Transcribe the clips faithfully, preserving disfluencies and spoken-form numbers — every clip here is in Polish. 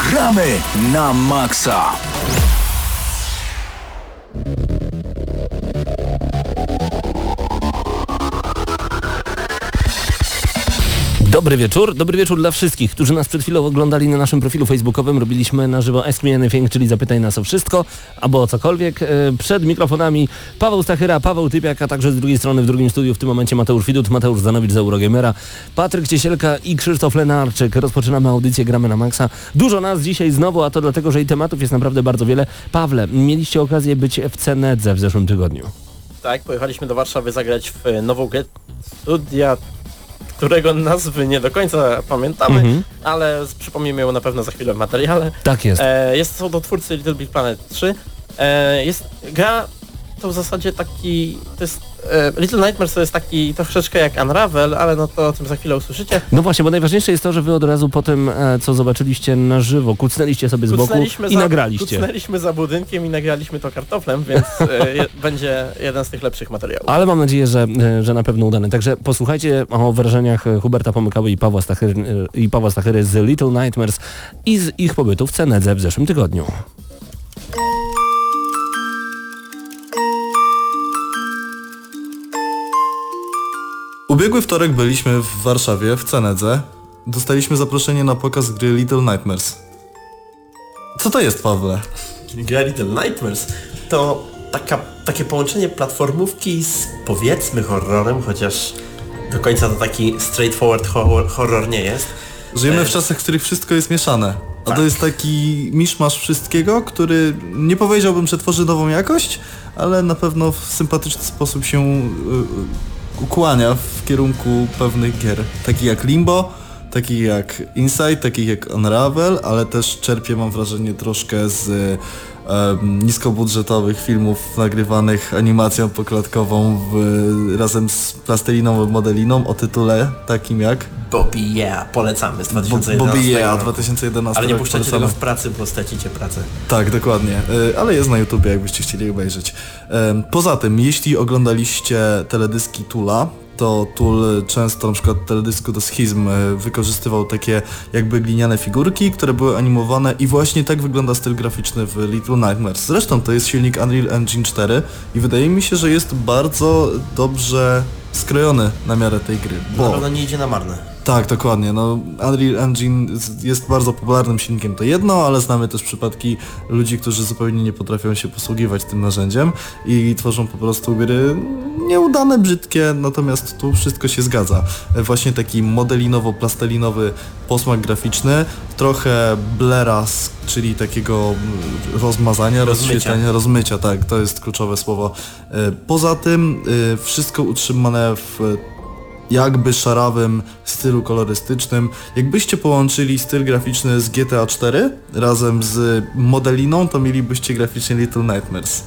Gramy na maksa! Dobry wieczór, dobry wieczór dla wszystkich, którzy nas przed chwilą oglądali na naszym profilu facebookowym. Robiliśmy na żywo Ask Me Anything, czyli zapytaj nas o wszystko, albo o cokolwiek. Przed mikrofonami Paweł Stachyra, Paweł Typiak, a także z drugiej strony w drugim studiu w tym momencie Mateusz Widut, Mateusz Zanowicz z Eurogamera, Patryk Ciesielka i Krzysztof Lenarczyk. Rozpoczynamy audycję Gramy na Maxa. Dużo nas dzisiaj znowu, a to dlatego, że i tematów jest naprawdę bardzo wiele. Pawle, mieliście okazję być w Cenedze w zeszłym tygodniu. Tak, pojechaliśmy do Warszawy zagrać w nową grę Studia, którego nazwy nie do końca pamiętamy, mhm. ale przypomnimy ją na pewno za chwilę w materiale. Tak jest. E, jest są to twórcy Little Big Planet trzy. E, jest gra, to w zasadzie taki, to jest, e, Little Nightmares to jest taki troszeczkę jak Unravel, ale no to o tym za chwilę usłyszycie. No właśnie, bo najważniejsze jest to, że wy od razu po tym, e, co zobaczyliście na żywo, kucnęliście sobie z boku i za, nagraliście. Kucnęliśmy za budynkiem i nagraliśmy to kartoflem, więc e, je, będzie jeden z tych lepszych materiałów. Ale mam nadzieję, że, e, że na pewno udany. Także posłuchajcie o wrażeniach Huberta Pomykały i Pawła Stachyry, e, i Pawła Stachyry z Little Nightmares i z ich pobytu w Cenedze w zeszłym tygodniu. Ubiegły wtorek byliśmy w Warszawie, w Cenedze. Dostaliśmy zaproszenie na pokaz gry Little Nightmares. Co to jest, Pawle? Gra Little Nightmares to taka, takie połączenie platformówki z, powiedzmy, horrorem, chociaż do końca to taki straightforward horror, horror nie jest. Żyjemy e... w czasach, w których wszystko jest mieszane. A tak. To jest taki miszmasz wszystkiego, który nie powiedziałbym, że tworzy nową jakość, ale na pewno w sympatyczny sposób się yy, ukłania w kierunku pewnych gier. Takich jak Limbo, takich jak Inside, takich jak Unravel, ale też czerpie, mam wrażenie, troszkę z um, niskobudżetowych filmów nagrywanych animacją poklatkową w, razem z plasteliną lub modeliną o tytule takim jak Bobby Yeah, polecamy z dwa tysiące jedenastego Bobby Yeah, dwa tysiące jedenastego. Ale nie puszczajcie polecamy. tego w pracy, bo stracicie pracę. Tak, dokładnie, ale jest na YouTubie, jakbyście chcieli obejrzeć. Poza tym, jeśli oglądaliście teledyski Tula, to Tool często na przykład teledysku do Schizm wykorzystywał takie jakby gliniane figurki, które były animowane i właśnie tak wygląda styl graficzny w Little Nightmares. Zresztą to jest silnik Unreal Engine cztery i wydaje mi się, że jest bardzo dobrze skrojony na miarę tej gry. Bo... Na pewno nie idzie na marne. Tak, dokładnie. No, Unreal Engine jest bardzo popularnym silnikiem, to jedno, ale znamy też przypadki ludzi, którzy zupełnie nie potrafią się posługiwać tym narzędziem i tworzą po prostu gry nieudane, brzydkie, natomiast tu wszystko się zgadza. Właśnie taki modelinowo-plastelinowy posmak graficzny, trochę blera, czyli takiego rozmazania, rozmycia. rozświetlenia, rozmycia, tak, to jest kluczowe słowo. Poza tym wszystko utrzymane w jakby szarawym stylu kolorystycznym. Jakbyście połączyli styl graficzny z G T A cztery razem z modeliną, to mielibyście graficznie Little Nightmares.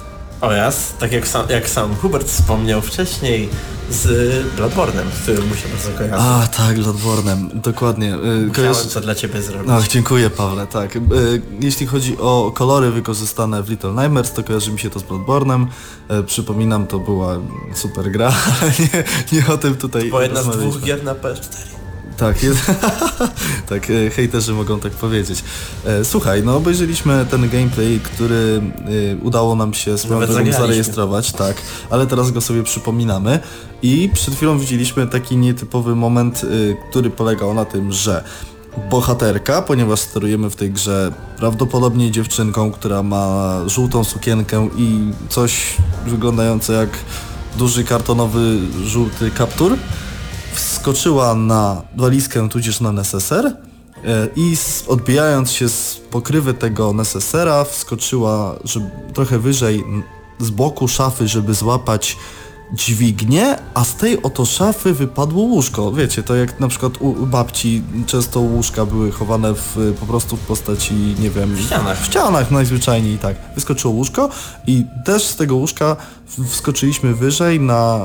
Oraz, tak jak sam, jak sam Hubert wspomniał wcześniej, z Bloodborne'em, z którym mu się bardzo kojarzy. A tak, Bloodborne'em, dokładnie. Musiałem co dla Ciebie zrobić. Ach, dziękuję, Pawle, tak. Jeśli chodzi o kolory wykorzystane w Little Nightmares, to kojarzy mi się to z Bloodborne'em. Przypominam, to była super gra, ale nie, nie o tym tutaj Bo jedna z dwóch gier na P S cztery. Tak, jest. Tak, hejterzy mogą tak powiedzieć. Słuchaj, no obejrzeliśmy ten gameplay, który udało nam się swoją drogą zarejestrować, tak, ale teraz go sobie przypominamy i przed chwilą widzieliśmy taki nietypowy moment, który polegał na tym, że bohaterka, ponieważ sterujemy w tej grze prawdopodobnie dziewczynką, która ma żółtą sukienkę i coś wyglądające jak duży kartonowy żółty kaptur, wskoczyła na walizkę tudzież na neseser i odbijając się z pokrywy tego nesesera wskoczyła żeby, trochę wyżej z boku szafy, żeby złapać dźwignię, a z tej oto szafy wypadło łóżko. Wiecie, to jak na przykład u, u babci często łóżka były chowane w, po prostu w postaci, nie wiem... W ścianach. W ścianach najzwyczajniej, tak. Wyskoczyło łóżko i też z tego łóżka wskoczyliśmy wyżej na...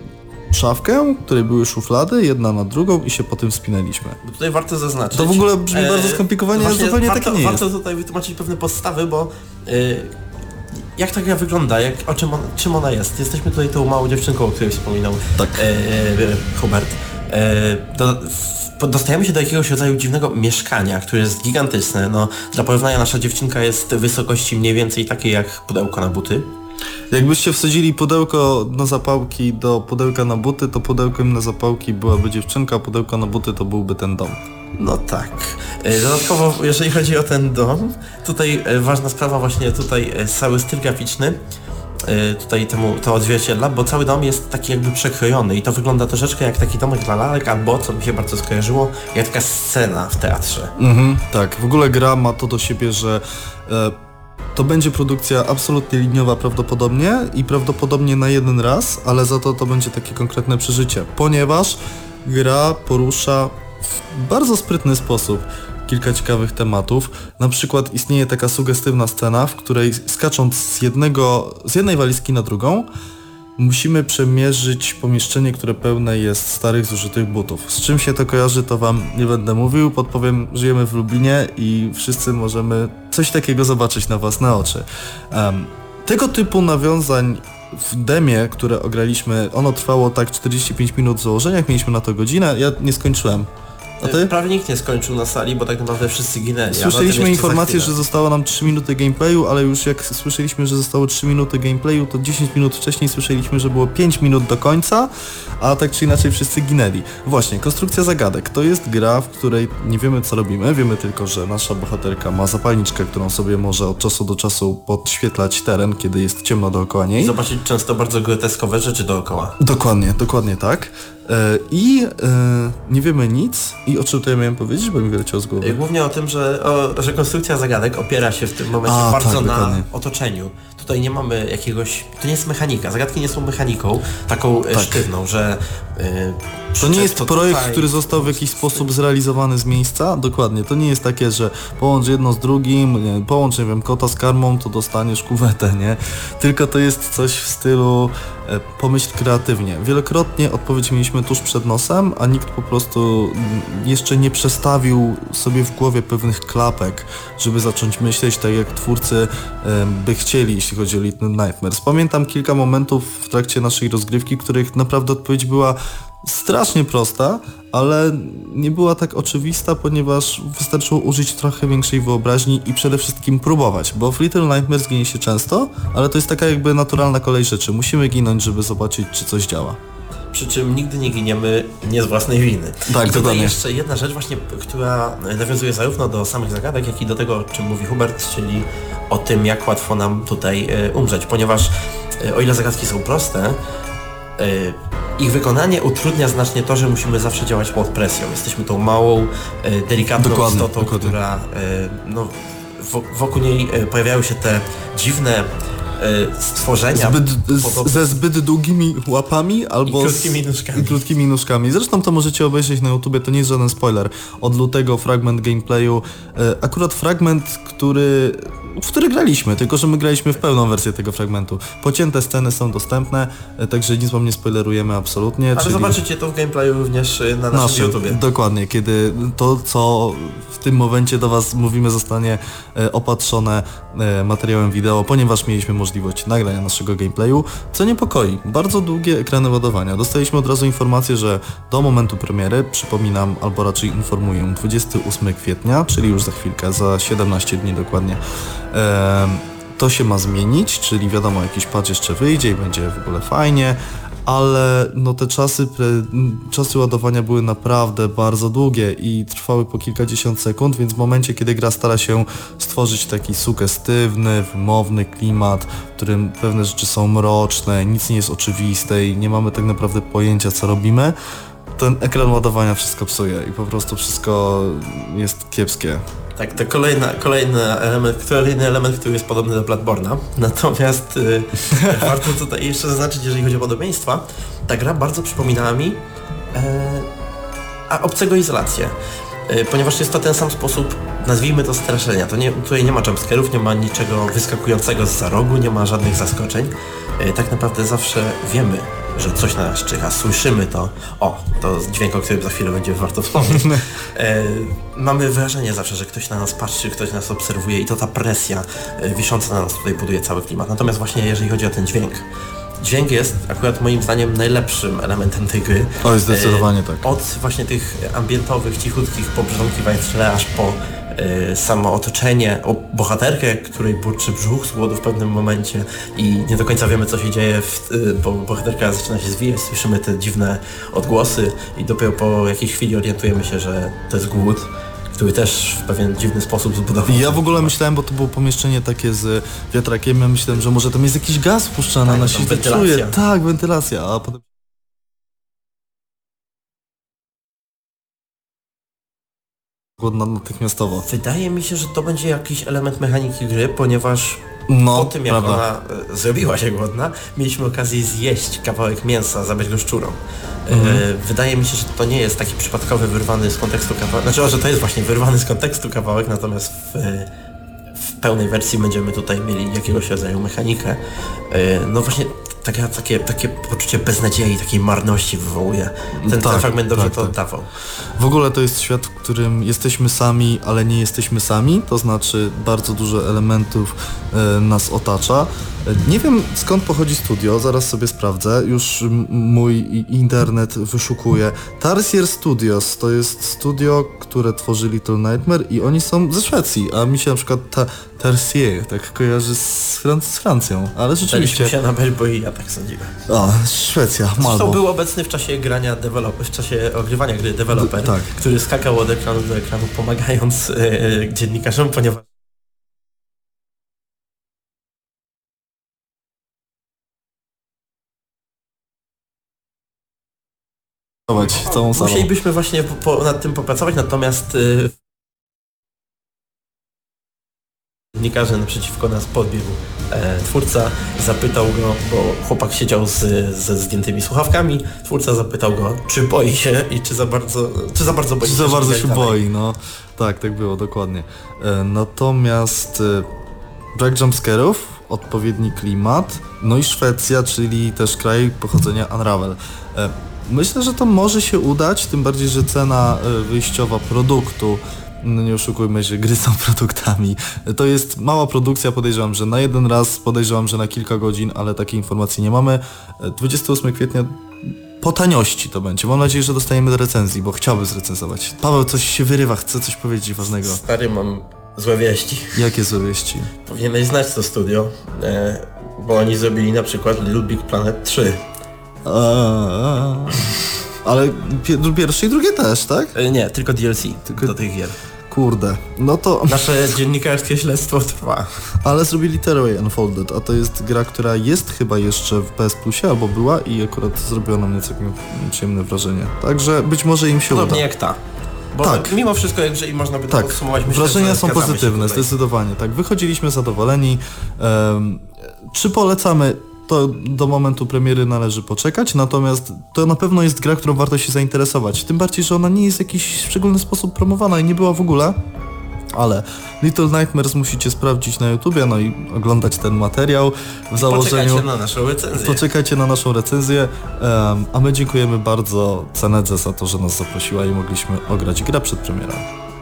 szafkę, w której były szuflady, jedna na drugą i się po tym wspinaliśmy. Bo tutaj warto zaznaczyć... To w ogóle brzmi e, bardzo skomplikowanie, a zupełnie warto, tak nie warto jest. tutaj wytłumaczyć pewne podstawy, bo y, jak ta gra wygląda, jak, o czym, on, czym ona jest. Jesteśmy tutaj tą małą dziewczynką, o której wspominał tak. e, Hubert. E, do, w dostajemy się do jakiegoś rodzaju dziwnego mieszkania, które jest gigantyczne. No, dla porównania nasza dziewczynka jest wysokości mniej więcej takiej jak pudełko na buty. Jakbyście wsadzili pudełko na zapałki do pudełka na buty, to pudełkiem na zapałki byłaby dziewczynka, a pudełko na buty to byłby ten dom. No tak. Dodatkowo, jeżeli chodzi o ten dom, tutaj ważna sprawa właśnie tutaj cały styl graficzny tutaj temu to odzwierciedla, bo cały dom jest taki jakby przekrojony i to wygląda troszeczkę jak taki domek dla lalek, albo, co mi się bardzo skojarzyło, jak taka scena w teatrze. Mhm, tak, w ogóle gra ma to do siebie, że e, to będzie produkcja absolutnie liniowa prawdopodobnie i prawdopodobnie na jeden raz, ale za to to będzie takie konkretne przeżycie, ponieważ gra porusza w bardzo sprytny sposób kilka ciekawych tematów. Na przykład istnieje taka sugestywna scena, w której skacząc z jednego, z jednej walizki na drugą, musimy przemierzyć pomieszczenie, które pełne jest starych, zużytych butów. Z czym się to kojarzy, to wam nie będę mówił, podpowiem, żyjemy w Lublinie i wszyscy możemy coś takiego zobaczyć na własne oczy. Um, tego typu nawiązań w demie, które ograliśmy, ono trwało tak czterdzieści pięć minut w założeniach, mieliśmy na to godzinę, ja nie skończyłem. A ty? Prawie nikt nie skończył na sali, bo tak naprawdę wszyscy ginęli. Słyszeliśmy informację, że zostało nam trzy minuty gameplayu, ale już jak słyszeliśmy, że zostało trzy minuty gameplayu, to dziesięć minut wcześniej słyszeliśmy, że było pięć minut do końca, a tak czy inaczej wszyscy ginęli. Właśnie, konstrukcja zagadek. To jest gra, w której nie wiemy co robimy, wiemy tylko, że nasza bohaterka ma zapalniczkę, którą sobie może od czasu do czasu podświetlać teren, kiedy jest ciemno dookoła niej. I zobaczyć często bardzo groteskowe rzeczy dookoła. Dokładnie, dokładnie tak. I e, nie wiemy nic. I o czym tutaj miałem powiedzieć, bo mi wyleciało z głowy? Głównie o tym, że, o, że konstrukcja zagadek opiera się w tym momencie A, bardzo tak, na dokładnie. otoczeniu. Tutaj nie mamy jakiegoś... To nie jest mechanika. Zagadki nie są mechaniką taką tak. sztywną, że... Yy, to nie jest to projekt, tutaj... który został w jakiś sposób zrealizowany z miejsca. Dokładnie. To nie jest takie, że połącz jedno z drugim, nie, połącz, nie wiem, kota z karmą, to dostaniesz kuwetę, nie? Tylko to jest coś w stylu e, pomyśl kreatywnie. Wielokrotnie odpowiedź mieliśmy tuż przed nosem, a nikt po prostu jeszcze nie przestawił sobie w głowie pewnych klapek, żeby zacząć myśleć tak, jak twórcy e, by chcieli, jeśli chodzi o Little Nightmares. Pamiętam kilka momentów w trakcie naszej rozgrywki, w których naprawdę odpowiedź była strasznie prosta, ale nie była tak oczywista, ponieważ wystarczyło użyć trochę większej wyobraźni i przede wszystkim próbować, bo w Little Nightmares ginie się często, ale to jest taka jakby naturalna kolej rzeczy. Musimy ginąć, żeby zobaczyć, czy coś działa. Przy czym nigdy nie giniemy nie z własnej winy. Tak, I tutaj dokładnie. jeszcze jedna rzecz właśnie, która nawiązuje zarówno do samych zagadek, jak i do tego, o czym mówi Hubert, czyli o tym, jak łatwo nam tutaj y, umrzeć, ponieważ y, o ile zagadki są proste, y, ich wykonanie utrudnia znacznie to, że musimy zawsze działać pod presją. Jesteśmy tą małą, y, delikatną dokładnie, istotą, dokładnie. która y, no, wokół niej y, pojawiają się te dziwne stworzenia Zbyt, podobne... ze zbyt długimi łapami albo I krótkimi nóżkami. I krótkimi nóżkami. Zresztą to możecie obejrzeć na YouTubie, to nie jest żaden spoiler. Od lutego fragment gameplayu, akurat fragment, który w który graliśmy, tylko że my graliśmy w pełną wersję tego fragmentu. Pocięte sceny są dostępne, także nic wam nie spoilerujemy absolutnie. Ale czyli... zobaczycie to w gameplayu również na naszym, naszym YouTubie. Dokładnie, kiedy to, co w tym momencie do was mówimy, zostanie opatrzone materiałem wideo, ponieważ mieliśmy możliwość nagrania naszego gameplayu, co niepokoi. Bardzo długie ekrany ładowania. Dostaliśmy od razu informację, że do momentu premiery, przypominam, albo raczej informuję, dwudziestego ósmego kwietnia, czyli już za chwilkę, za siedemnaście dni dokładnie, e, to się ma zmienić, czyli wiadomo, jakiś patch jeszcze wyjdzie i będzie w ogóle fajnie, ale no te czasy, pre, czasy ładowania były naprawdę bardzo długie i trwały po kilkadziesiąt sekund, więc w momencie, kiedy gra stara się stworzyć taki sugestywny, wymowny klimat, w którym pewne rzeczy są mroczne, nic nie jest oczywiste i nie mamy tak naprawdę pojęcia, co robimy, ten ekran ładowania wszystko psuje i po prostu wszystko jest kiepskie. Tak, to kolejna, kolejny, element, kolejny element, który jest podobny do Bloodborne'a. Natomiast y, warto tutaj jeszcze zaznaczyć, jeżeli chodzi o podobieństwa, ta gra bardzo przypominała mi e, a obcego izolację. E, ponieważ jest to ten sam sposób, nazwijmy to, straszenia. To nie, tutaj nie ma jumpscare'ów, nie ma niczego wyskakującego zza rogu, nie ma żadnych zaskoczeń. E, tak naprawdę zawsze wiemy, że coś na nas czyha, słyszymy to. O, to dźwięk, o którym za chwilę będzie warto wspomnieć. E, mamy wrażenie zawsze, że ktoś na nas patrzy, ktoś nas obserwuje i to ta presja e, wisząca na nas tutaj buduje cały klimat. Natomiast właśnie jeżeli chodzi o ten dźwięk, dźwięk jest akurat moim zdaniem najlepszym elementem tej gry. Oj, zdecydowanie tak. Od właśnie tych ambientowych, cichutkich pobrząkiwań w tle, aż po y, samo otoczenie, o bohaterkę, której burczy brzuch z głodu w pewnym momencie i nie do końca wiemy, co się dzieje, w, y, bo bohaterka zaczyna się zwijać, słyszymy te dziwne odgłosy i dopiero po jakiejś chwili orientujemy się, że to jest głód, który też w pewien dziwny sposób zbudował. Ja w ogóle myślałem, bo to było pomieszczenie takie z wiatrakiem, ja myślałem, że może tam jest jakiś gaz wpuszczany, tak, na się czuje. Tak, wentylacja, a potem... Głodna natychmiastowo. Wydaje mi się, że to będzie jakiś element mechaniki gry, ponieważ no, po tym jak prawda. ona e, zrobiła się głodna, mieliśmy okazję zjeść kawałek mięsa, zabrać go szczurom. Mhm. E, wydaje mi się, że to nie jest taki przypadkowy, wyrwany z kontekstu kawałek, znaczy, że to jest właśnie wyrwany z kontekstu kawałek, natomiast w, w pełnej wersji będziemy tutaj mieli jakiegoś rodzaju mechanikę. E, no właśnie takie, takie, takie poczucie beznadziei, takiej marności wywołuje. Ten, tak, ten fragment dobrze tak, to tak. oddawał. W ogóle to jest świat, w którym jesteśmy sami, ale nie jesteśmy sami, to znaczy bardzo dużo elementów e, nas otacza. E, nie wiem skąd pochodzi studio, zaraz sobie sprawdzę, już m- mój internet wyszukuje. Tarsier Studios to jest studio, które tworzy Little Nightmare i oni są ze Szwecji, a mi się na przykład ta Tarsier tak kojarzy z, Fran- z Francją, ale rzeczywiście... Daliśmy się na Bell, bo i ja tak sądziłem. A, Szwecja, Malmo. Zresztą był obecny w czasie grania develop- w czasie ogrywania gry deweloper, D- tak. który skakał od ekranu do ekranu, pomagając yy, dziennikarzom, ponieważ całą salą. musielibyśmy właśnie po, po, nad tym popracować, natomiast yy, dziennikarze naprzeciwko nas podbiegł e, twórca, zapytał go, bo chłopak siedział z, ze zdjętymi słuchawkami, twórca zapytał go, czy boi się i czy za bardzo, czy za bardzo boi Czy się. za bardzo że się dalej. boi, no. Tak, tak było, dokładnie. E, natomiast e, brak jumpscare'ów, odpowiedni klimat, no i Szwecja, czyli też kraj pochodzenia Unravel. E, myślę, że to może się udać, tym bardziej, że cena e, wyjściowa produktu, no nie oszukujmy się, gry są produktami. To jest mała produkcja, podejrzewam, że na jeden raz, podejrzewam, że na kilka godzin, ale takiej informacji nie mamy. dwudziestego ósmego kwietnia po taniości to będzie. Mam nadzieję, że dostaniemy do recenzji, bo chciałbym zrecenzować. Paweł, coś się wyrywa, chce coś powiedzieć ważnego. Stary, mam złe wieści. Jakie złe wieści? Powinieneś znać to studio, e, bo oni zrobili na przykład Little Big Planet trzy. Eee, ale pier- pierwsze i drugie też, tak? E, nie, tylko D L C Tylko- do tych gier. Kurde, no to... Nasze dziennikarskie śledztwo trwa. Ale zrobili Terraway Unfolded, a to jest gra, która jest chyba jeszcze w P S Plusie, albo była i akurat zrobiła na mnie całkiem przyjemne wrażenie. Także być może im się Podobnie uda. jak ta. Bo Tak. mimo wszystko, jeżeli można by to Tak, podsumować, myślę, wrażenia że są zgadzamy się pozytywne, tutaj. zdecydowanie. Tak, wychodziliśmy zadowoleni. Um, czy polecamy? To do momentu premiery należy poczekać, natomiast to na pewno jest gra, którą warto się zainteresować. Tym bardziej, że ona nie jest w jakiś szczególny sposób promowana i nie była w ogóle. Ale Little Nightmares musicie sprawdzić na YouTubie, no i oglądać ten materiał w założeniu. Poczekajcie na naszą recenzję. Poczekajcie na naszą recenzję, um, a my dziękujemy bardzo Cenedze za to, że nas zaprosiła i mogliśmy ograć grę przed premierą.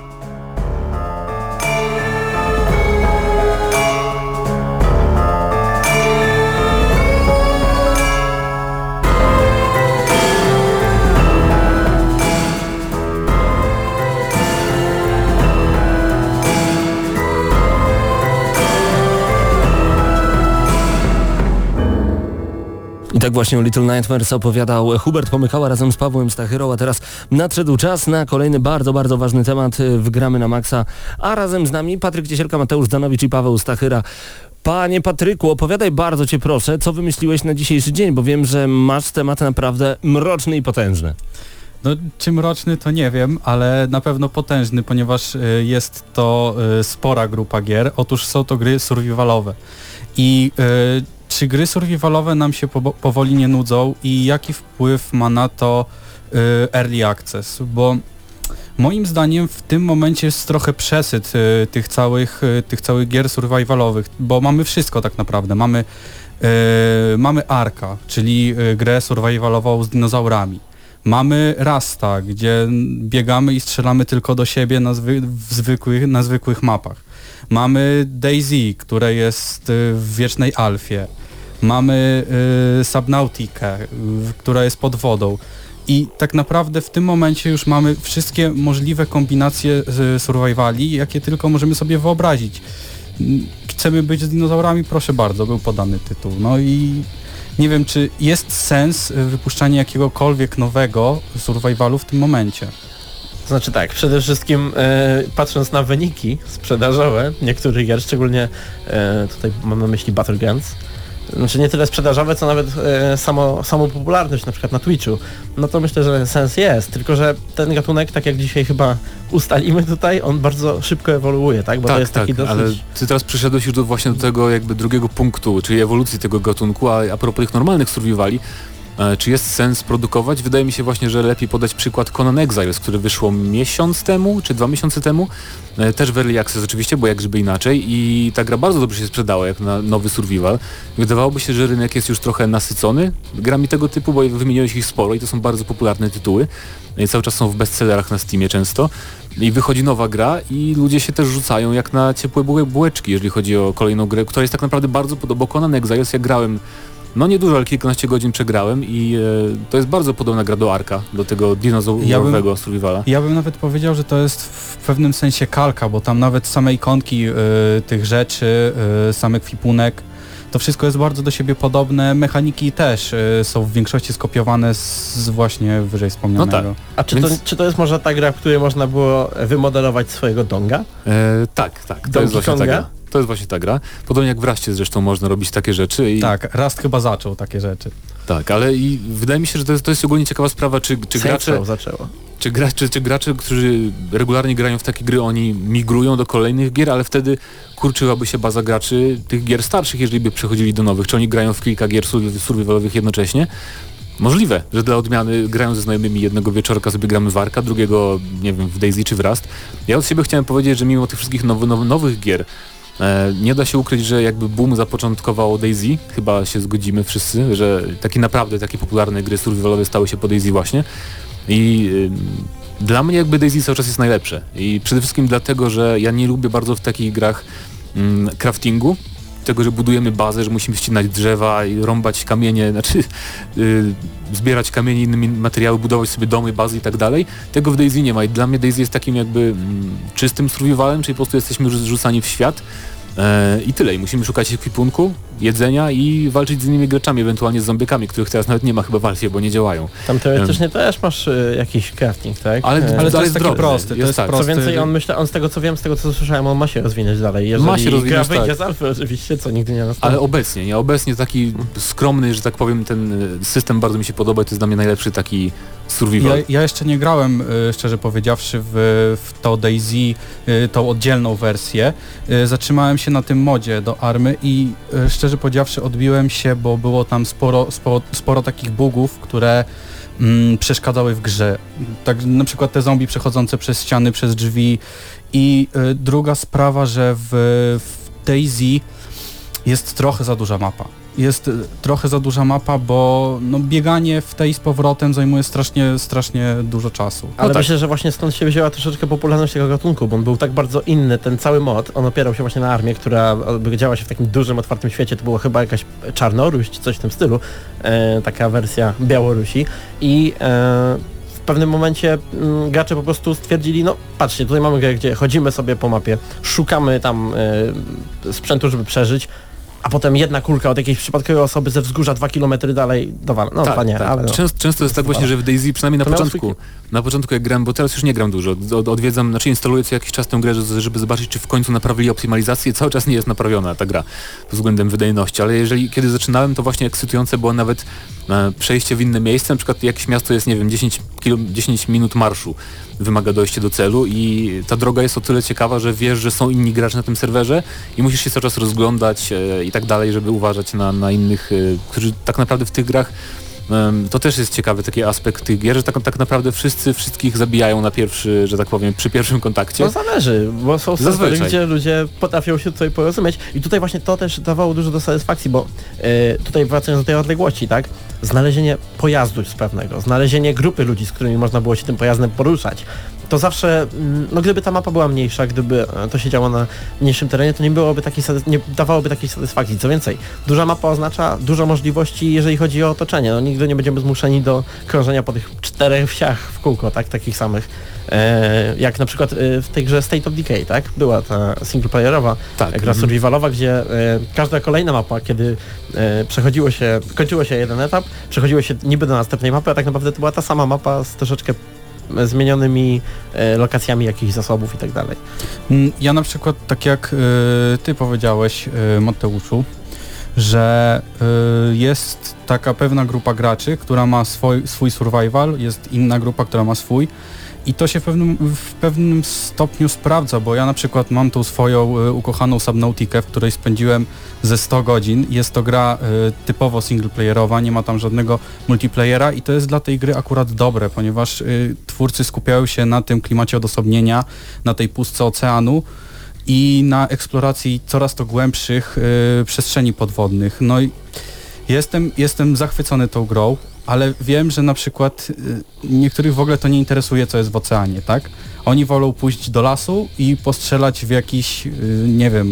I tak właśnie o Little Nightmares opowiadał Hubert Pomykała razem z Pawłem Stachyrą, a teraz nadszedł czas na kolejny bardzo, bardzo ważny temat w Gramy na Maxa, a razem z nami Patryk Ciesielka, Mateusz Zdanowicz i Paweł Stachyra. Panie Patryku, opowiadaj bardzo cię proszę, co wymyśliłeś na dzisiejszy dzień, bo wiem, że masz temat naprawdę mroczny i potężny. No, czy mroczny to nie wiem, ale na pewno potężny, ponieważ y, jest to y, spora grupa gier. Otóż są to gry survivalowe. I y, czy gry survivalowe nam się po, powoli nie nudzą i jaki wpływ ma na to y, Early Access? Bo moim zdaniem w tym momencie jest trochę przesyt y, tych, całych, y, tych całych gier survivalowych, bo mamy wszystko tak naprawdę. Mamy, y, mamy Arka, czyli y, grę survivalową z dinozaurami. Mamy Rasta, gdzie biegamy i strzelamy tylko do siebie na, zwy, w zwykłych, na zwykłych mapach. Mamy DayZ, które jest w wiecznej alfie. mamy y, Subnautikę, y, która jest pod wodą. I tak naprawdę w tym momencie już mamy wszystkie możliwe kombinacje y, survivali, jakie tylko możemy sobie wyobrazić. Chcemy być z dinozaurami? Proszę bardzo, był podany tytuł. No i nie wiem, czy jest sens wypuszczania jakiegokolwiek nowego survivalu w tym momencie. Znaczy tak, przede wszystkim e, patrząc na wyniki sprzedażowe niektórych gier, szczególnie e, tutaj mam na myśli Battlegrounds, znaczy nie tyle sprzedażowe, co nawet e, samo, samą popularność na przykład na Twitchu, no to myślę, że sens jest, tylko że ten gatunek, tak jak dzisiaj chyba ustalimy tutaj, on bardzo szybko ewoluuje, tak? Bo tak, to jest taki tak, dosyć... ale ty teraz przyszedłeś już do, właśnie do tego jakby drugiego punktu, czyli ewolucji tego gatunku, a, a propos tych normalnych survivali, e, czy jest sens produkować? Wydaje mi się właśnie, że lepiej podać przykład Conan Exiles, który wyszło miesiąc temu, czy dwa miesiące temu, e, też w Early Access oczywiście, bo jak żeby inaczej, i ta gra bardzo dobrze się sprzedała jak na nowy survival. Wydawałoby się, że rynek jest już trochę nasycony grami tego typu, bo wymieniłeś ich sporo i to są bardzo popularne tytuły. I cały czas są w bestsellerach na Steamie często. I wychodzi nowa gra i ludzie się też rzucają jak na ciepłe bułeczki, jeżeli chodzi o kolejną grę, która jest tak naprawdę bardzo podobna. Conan Exiles, ja grałem, no niedużo, ale kilkanaście godzin przegrałem i e, to jest bardzo podobna gra do Arka, do tego dinozaurowego ja survivala. Ja bym nawet powiedział, że to jest w pewnym sensie kalka, bo tam nawet same ikonki y, tych rzeczy, y, sam ekwipunek, to wszystko jest bardzo do siebie podobne, mechaniki też y, są w większości skopiowane z, z właśnie wyżej wspomnianego. No tak. A czy, Więc... to, czy to jest może ta gra, w której można było wymodelować swojego donga? E, tak, tak, to Donkey jest właśnie Konga? ta gra. To jest właśnie ta gra. Podobnie jak w Ruście zresztą można robić takie rzeczy. I... Tak, Rust chyba zaczął takie rzeczy. Tak, ale i wydaje mi się, że to jest, to jest ogólnie ciekawa sprawa, czy, czy gracze... zaczęło. Czy, gra, czy, czy gracze, którzy regularnie grają w takie gry, oni migrują do kolejnych gier, ale wtedy kurczyłaby się baza graczy tych gier starszych, jeżeli by przechodzili do nowych. Czy oni grają w kilka gier survivalowych jednocześnie? Możliwe, że dla odmiany grają ze znajomymi jednego wieczorka sobie gramy w Arka, drugiego, nie wiem, w Daisy czy w Rust. Ja od siebie chciałem powiedzieć, że mimo tych wszystkich now, now, nowych gier e, nie da się ukryć, że jakby boom zapoczątkowało Daisy. Chyba się zgodzimy wszyscy, że takie naprawdę takie popularne gry survivalowe stały się po Daisy właśnie. I y, dla mnie jakby Daisy cały czas jest najlepsze i przede wszystkim dlatego, że ja nie lubię bardzo w takich grach mm, craftingu, tego, że budujemy bazę, że musimy ścinać drzewa i rąbać kamienie, znaczy y, zbierać kamienie, inne materiały, budować sobie domy, bazy i tak dalej. Tego w Daisy nie ma i dla mnie Daisy jest takim jakby mm, czystym survivalem, czyli po prostu jesteśmy już rzucani w świat. I tyle. I musimy szukać ekwipunku, jedzenia i walczyć z innymi graczami, ewentualnie z zombiekami, których teraz nawet nie ma chyba w Alfie, bo nie działają. Tam teoretycznie um. też masz y, jakiś crafting, tak? Ale, ale to jest taki drobny. prosty. To jest, jest tak. prosty. Co więcej, on myślę, on z tego co wiem, z tego co słyszałem, on ma się rozwinąć dalej. Jeżeli ma się rozwinąć, gra wyjdzie tak. z Alfy oczywiście, co nigdy nie nastąpi. Ale obecnie, nie? Obecnie taki skromny, że tak powiem, ten system bardzo mi się podoba i to jest dla mnie najlepszy taki survival. Ja, ja jeszcze nie grałem, szczerze powiedziawszy, w, w to Daisy, tą oddzielną wersję. Zatrzymałem się na tym modzie do Army i szczerze powiedziawszy odbiłem się, bo było tam sporo, sporo, sporo takich bugów, które mm, przeszkadzały w grze. Tak, na przykład te zombie przechodzące przez ściany, przez drzwi. I y, druga sprawa, że w, w Daisy jest trochę za duża mapa. Jest trochę za duża mapa, bo no, bieganie w tej z powrotem zajmuje strasznie, strasznie dużo czasu. Ale no tak. myślę, że właśnie stąd się wzięła troszeczkę popularność tego gatunku, bo on był tak bardzo inny, ten cały mod, on opierał się właśnie na armii, która działa się w takim dużym, otwartym świecie, to było chyba jakaś Czarnoruś czy coś w tym stylu, e, taka wersja Białorusi i e, w pewnym momencie m, gracze po prostu stwierdzili, no patrzcie, tutaj mamy grę, gdzie chodzimy sobie po mapie, szukamy tam e, sprzętu, żeby przeżyć, a potem jedna kulka od jakiejś przypadkowej osoby ze wzgórza dwa kilometry dalej dowala. No tak, to nie, tak. ale no. Często, często jest tak właśnie, że w Daisy, przynajmniej na To miał początku, swój... na początku jak gram, bo teraz już nie gram dużo, od, odwiedzam, znaczy instaluję co jakiś czas tę grę, żeby zobaczyć, czy w końcu naprawili optymalizację. Cały czas nie jest naprawiona ta gra pod względem wydajności, ale jeżeli kiedy zaczynałem, to właśnie ekscytujące było nawet e, przejście w inne miejsce, na przykład jakieś miasto jest, nie wiem, dziesięć, kilo, dziesięć minut marszu wymaga dojście do celu i ta droga jest o tyle ciekawa, że wiesz, że są inni gracze na tym serwerze i musisz się cały czas rozglądać e, i tak dalej, żeby uważać na, na innych, e, którzy tak naprawdę w tych grach e, to też jest ciekawy taki aspekt tych gier, że tak, tak naprawdę wszyscy wszystkich zabijają na pierwszy, że tak powiem, przy pierwszym kontakcie. No zależy, bo są serwery, gdzie ludzie potrafią się tutaj porozumieć i tutaj właśnie to też dawało dużo do satysfakcji, bo e, tutaj wracając do tej odległości, tak? Znalezienie pojazdu z pewnego, znalezienie grupy ludzi, z którymi można było się tym pojazdem poruszać. to zawsze, no gdyby ta mapa była mniejsza, gdyby to się działo na mniejszym terenie, to nie byłoby takiej, nie dawałoby takiej satysfakcji. Co więcej, duża mapa oznacza dużo możliwości, jeżeli chodzi o otoczenie. No nigdy nie będziemy zmuszeni do krążenia po tych czterech wsiach w kółko, tak, takich samych. E, jak na przykład w tej grze State of Decay, tak? Była ta singleplayerowa tak, gra survivalowa, gdzie e, każda kolejna mapa, kiedy e, przechodziło się, kończyło się jeden etap, przechodziło się niby do następnej mapy, a tak naprawdę to była ta sama mapa z troszeczkę zmienionymi e, lokacjami jakichś zasobów i tak dalej. Ja na przykład, tak jak y, ty powiedziałeś, y, Mateuszu, że y, jest taka pewna grupa graczy, która ma swój, swój survival, jest inna grupa, która ma swój i to się w pewnym, w pewnym stopniu sprawdza, bo ja na przykład mam tą swoją y, ukochaną Subnautikę, w której spędziłem ze sto godzin. Jest to gra y, typowo singleplayerowa, nie ma tam żadnego multiplayera i to jest dla tej gry akurat dobre, ponieważ y, twórcy skupiają się na tym klimacie odosobnienia, na tej pustce oceanu i na eksploracji coraz to głębszych y, przestrzeni podwodnych. No i jestem, jestem zachwycony tą grą, ale wiem, że na przykład y, niektórych w ogóle to nie interesuje, co jest w oceanie, tak? Oni wolą pójść do lasu i postrzelać w jakiś, y, nie wiem,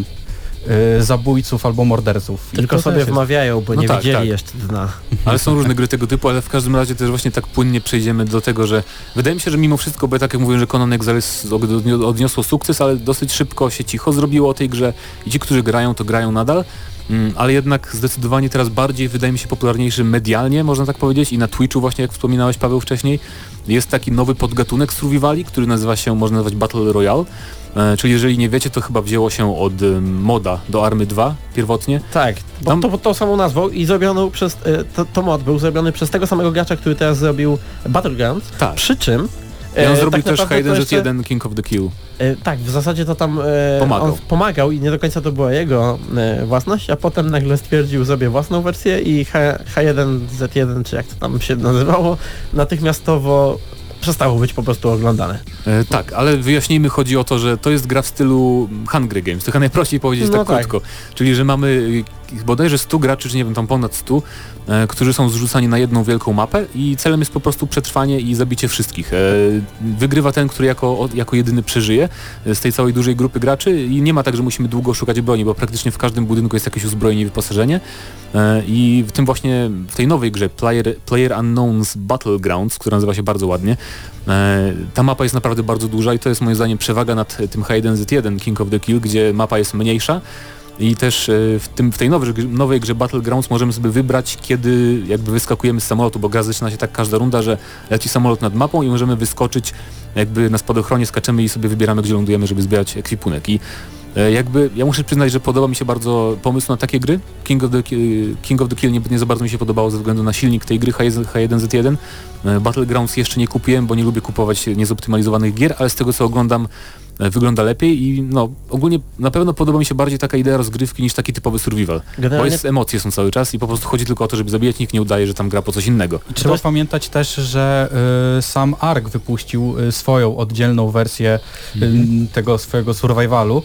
y, zabójców albo morderców. Tylko sobie wmawiają, bo no nie tak, widzieli tak. jeszcze dna. Ale są różne gry tego typu, ale w każdym razie też właśnie tak płynnie przejdziemy do tego, że wydaje mi się, że mimo wszystko, bo tak jak mówiłem, że Conan Exiles odniosło sukces, ale dosyć szybko się cicho zrobiło o tej grze i ci, którzy grają, to grają nadal. Mm, ale jednak zdecydowanie teraz bardziej wydaje mi się popularniejszy medialnie, można tak powiedzieć, i na Twitchu właśnie, jak wspominałeś, Paweł, wcześniej, jest taki nowy podgatunek survivali, który nazywa się, można nazwać Battle Royale, e, czyli jeżeli nie wiecie, to chyba wzięło się od e, moda do Army dwa pierwotnie. Tak, bo Tam... to, tą samą nazwą i zrobiono przez, e, to, to mod był zrobiony przez tego samego gracza, który teraz zrobił Battlegrounds, tak. Przy czym I on e, zrobił tak też H jeden Z jeszcze... jeden King of the Kill. E, tak, w zasadzie to tam e, pomagał. on pomagał i nie do końca to była jego e, własność, a potem nagle stwierdził sobie własną wersję i H jeden Z jeden, czy jak to tam się nazywało, natychmiastowo przestało być po prostu oglądane. E, tak, ale wyjaśnijmy, chodzi o to, że to jest gra w stylu Hungry Games, to chyba najprościej powiedzieć no tak, tak krótko. Czyli, że mamy bodajże stu graczy, czy nie wiem, tam ponad stu, e, którzy są zrzucani na jedną wielką mapę i celem jest po prostu przetrwanie i zabicie wszystkich. E, wygrywa ten, który jako, jako jedyny przeżyje z tej całej dużej grupy graczy i nie ma tak, że musimy długo szukać broni, bo praktycznie w każdym budynku jest jakieś uzbrojenie i wyposażenie. E, I w tym właśnie, w tej nowej grze Player, Player Unknown's Battlegrounds, która nazywa się bardzo ładnie, e, ta mapa jest naprawdę bardzo duża i to jest moim zdaniem przewaga nad tym H jeden Z jeden King of the Kill, gdzie mapa jest mniejsza. I też w, tym, w tej nowej, nowej grze Battlegrounds możemy sobie wybrać, kiedy jakby wyskakujemy z samolotu, bo gra zaczyna się tak każda runda, że leci samolot nad mapą i możemy wyskoczyć jakby na spadochronie, skaczemy i sobie wybieramy, gdzie lądujemy, żeby zbierać ekwipunek. I jakby ja muszę przyznać, że podoba mi się bardzo pomysł na takie gry. King of the, King of the Kill nie, nie za bardzo mi się podobało ze względu na silnik tej gry H jeden Z jeden. Battlegrounds jeszcze nie kupiłem, bo nie lubię kupować niezoptymalizowanych gier, ale z tego co oglądam wygląda lepiej i no ogólnie na pewno podoba mi się bardziej taka idea rozgrywki niż taki typowy survival. Generalnie... Bo jest, emocje są cały czas i po prostu chodzi tylko o to, żeby zabijać, nikt nie udaje, że tam gra po coś innego. I trzeba jest... pamiętać też, że y, sam Ark wypuścił y, swoją oddzielną wersję y, mm. tego swojego survivalu.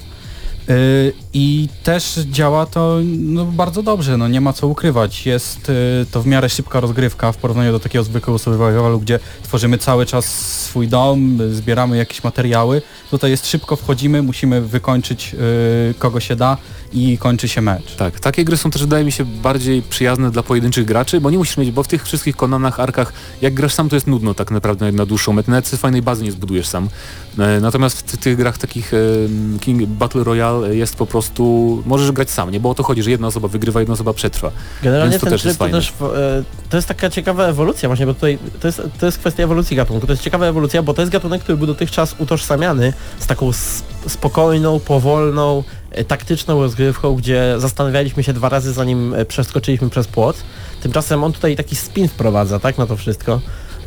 Yy, I też działa to no, bardzo dobrze, no nie ma co ukrywać. Jest yy, to w miarę szybka rozgrywka w porównaniu do takiego zwykłego survivalu, gdzie tworzymy cały czas swój dom, zbieramy jakieś materiały. Tutaj jest szybko, wchodzimy, musimy wykończyć yy, kogo się da i kończy się mecz. Tak, takie gry są też, wydaje mi się, bardziej przyjazne dla pojedynczych graczy, bo nie musisz mieć, bo w tych wszystkich Conanach, Arkach, jak grasz sam, to jest nudno tak naprawdę na dłuższą metę, nawet fajnej bazy nie zbudujesz sam. E, natomiast w tych grach takich e, King Battle Royale jest po prostu, możesz grać sam, nie? Bo o to chodzi, że jedna osoba wygrywa, jedna osoba przetrwa. Generalnie to ten też tryb to też, e, to jest taka ciekawa ewolucja właśnie, bo tutaj to jest, to jest kwestia ewolucji gatunku. To jest ciekawa ewolucja, bo to jest gatunek, który był dotychczas utożsamiany z taką spokojną, powolną, taktyczną rozgrywką, gdzie zastanawialiśmy się dwa razy, zanim przeskoczyliśmy przez płot. Tymczasem on tutaj taki spin wprowadza, tak, na to wszystko.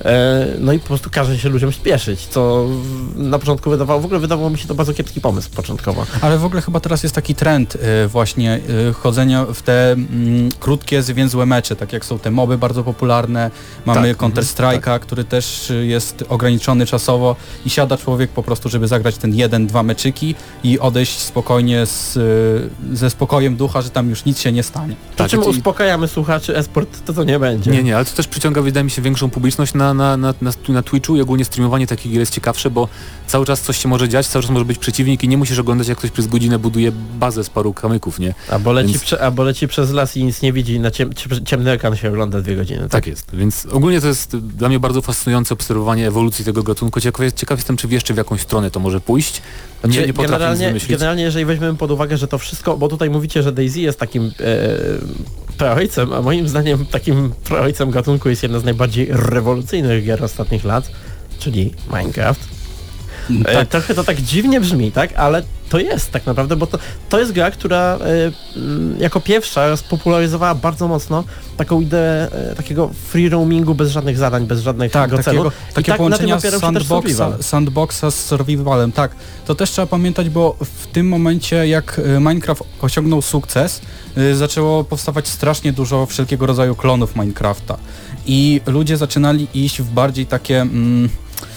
No i po prostu każe się ludziom spieszyć, co na początku wydawało, w ogóle wydawało mi się to bardzo kiepski pomysł początkowo. Ale w ogóle chyba teraz jest taki trend y, właśnie y, chodzenia w te mm, krótkie, zwięzłe mecze, tak jak są te moby bardzo popularne, mamy tak, Counter-Strike'a, tak. który też jest ograniczony czasowo i siada człowiek po prostu, żeby zagrać ten jeden, dwa meczyki i odejść spokojnie z, y, ze spokojem ducha, że tam już nic się nie stanie. Przy czym uspokajamy słuchaczy, esport to to nie będzie. Nie, nie, ale to też przyciąga, wydaje mi się, większą publiczność na na, na, na, na, na Twitchu i ogólnie streamowanie takich gier jest ciekawsze, bo cały czas coś się może dziać, cały czas może być przeciwnik i nie musisz oglądać, jak ktoś przez godzinę buduje bazę z paru kamyków, nie? Albo leci, Więc... prze, albo leci przez las i nic nie widzi i na ciem, ciemny ekran się ogląda dwie godziny. Tak? Tak jest, więc ogólnie to jest dla mnie bardzo fascynujące obserwowanie ewolucji tego gatunku. Ciekaw, ciekaw jestem, czy jeszcze w jakąś stronę to może pójść. Nie, Znaczy, nie potrafię generalnie, wymyślić. generalnie, jeżeli weźmiemy pod uwagę, że to wszystko, bo tutaj mówicie, że DayZ jest takim e, praojcem, a moim zdaniem takim praojcem gatunku jest jedna z najbardziej rewolucyjnych gier ostatnich lat, czyli Minecraft. E, Tak. Trochę to tak dziwnie brzmi, tak? Ale to jest tak naprawdę, bo to, to jest gra, która e, m, jako pierwsza spopularyzowała bardzo mocno taką ideę e, takiego free roamingu bez żadnych zadań, bez żadnego Tak, celu. takiego, I takie tak połączenia na tym opierał się też sandboxa, survival. sandboxa z survivalem, tak. To też trzeba pamiętać, bo w tym momencie jak y, Minecraft osiągnął sukces, y, zaczęło powstawać strasznie dużo wszelkiego rodzaju klonów Minecrafta. I ludzie zaczynali iść w bardziej takie... Mm,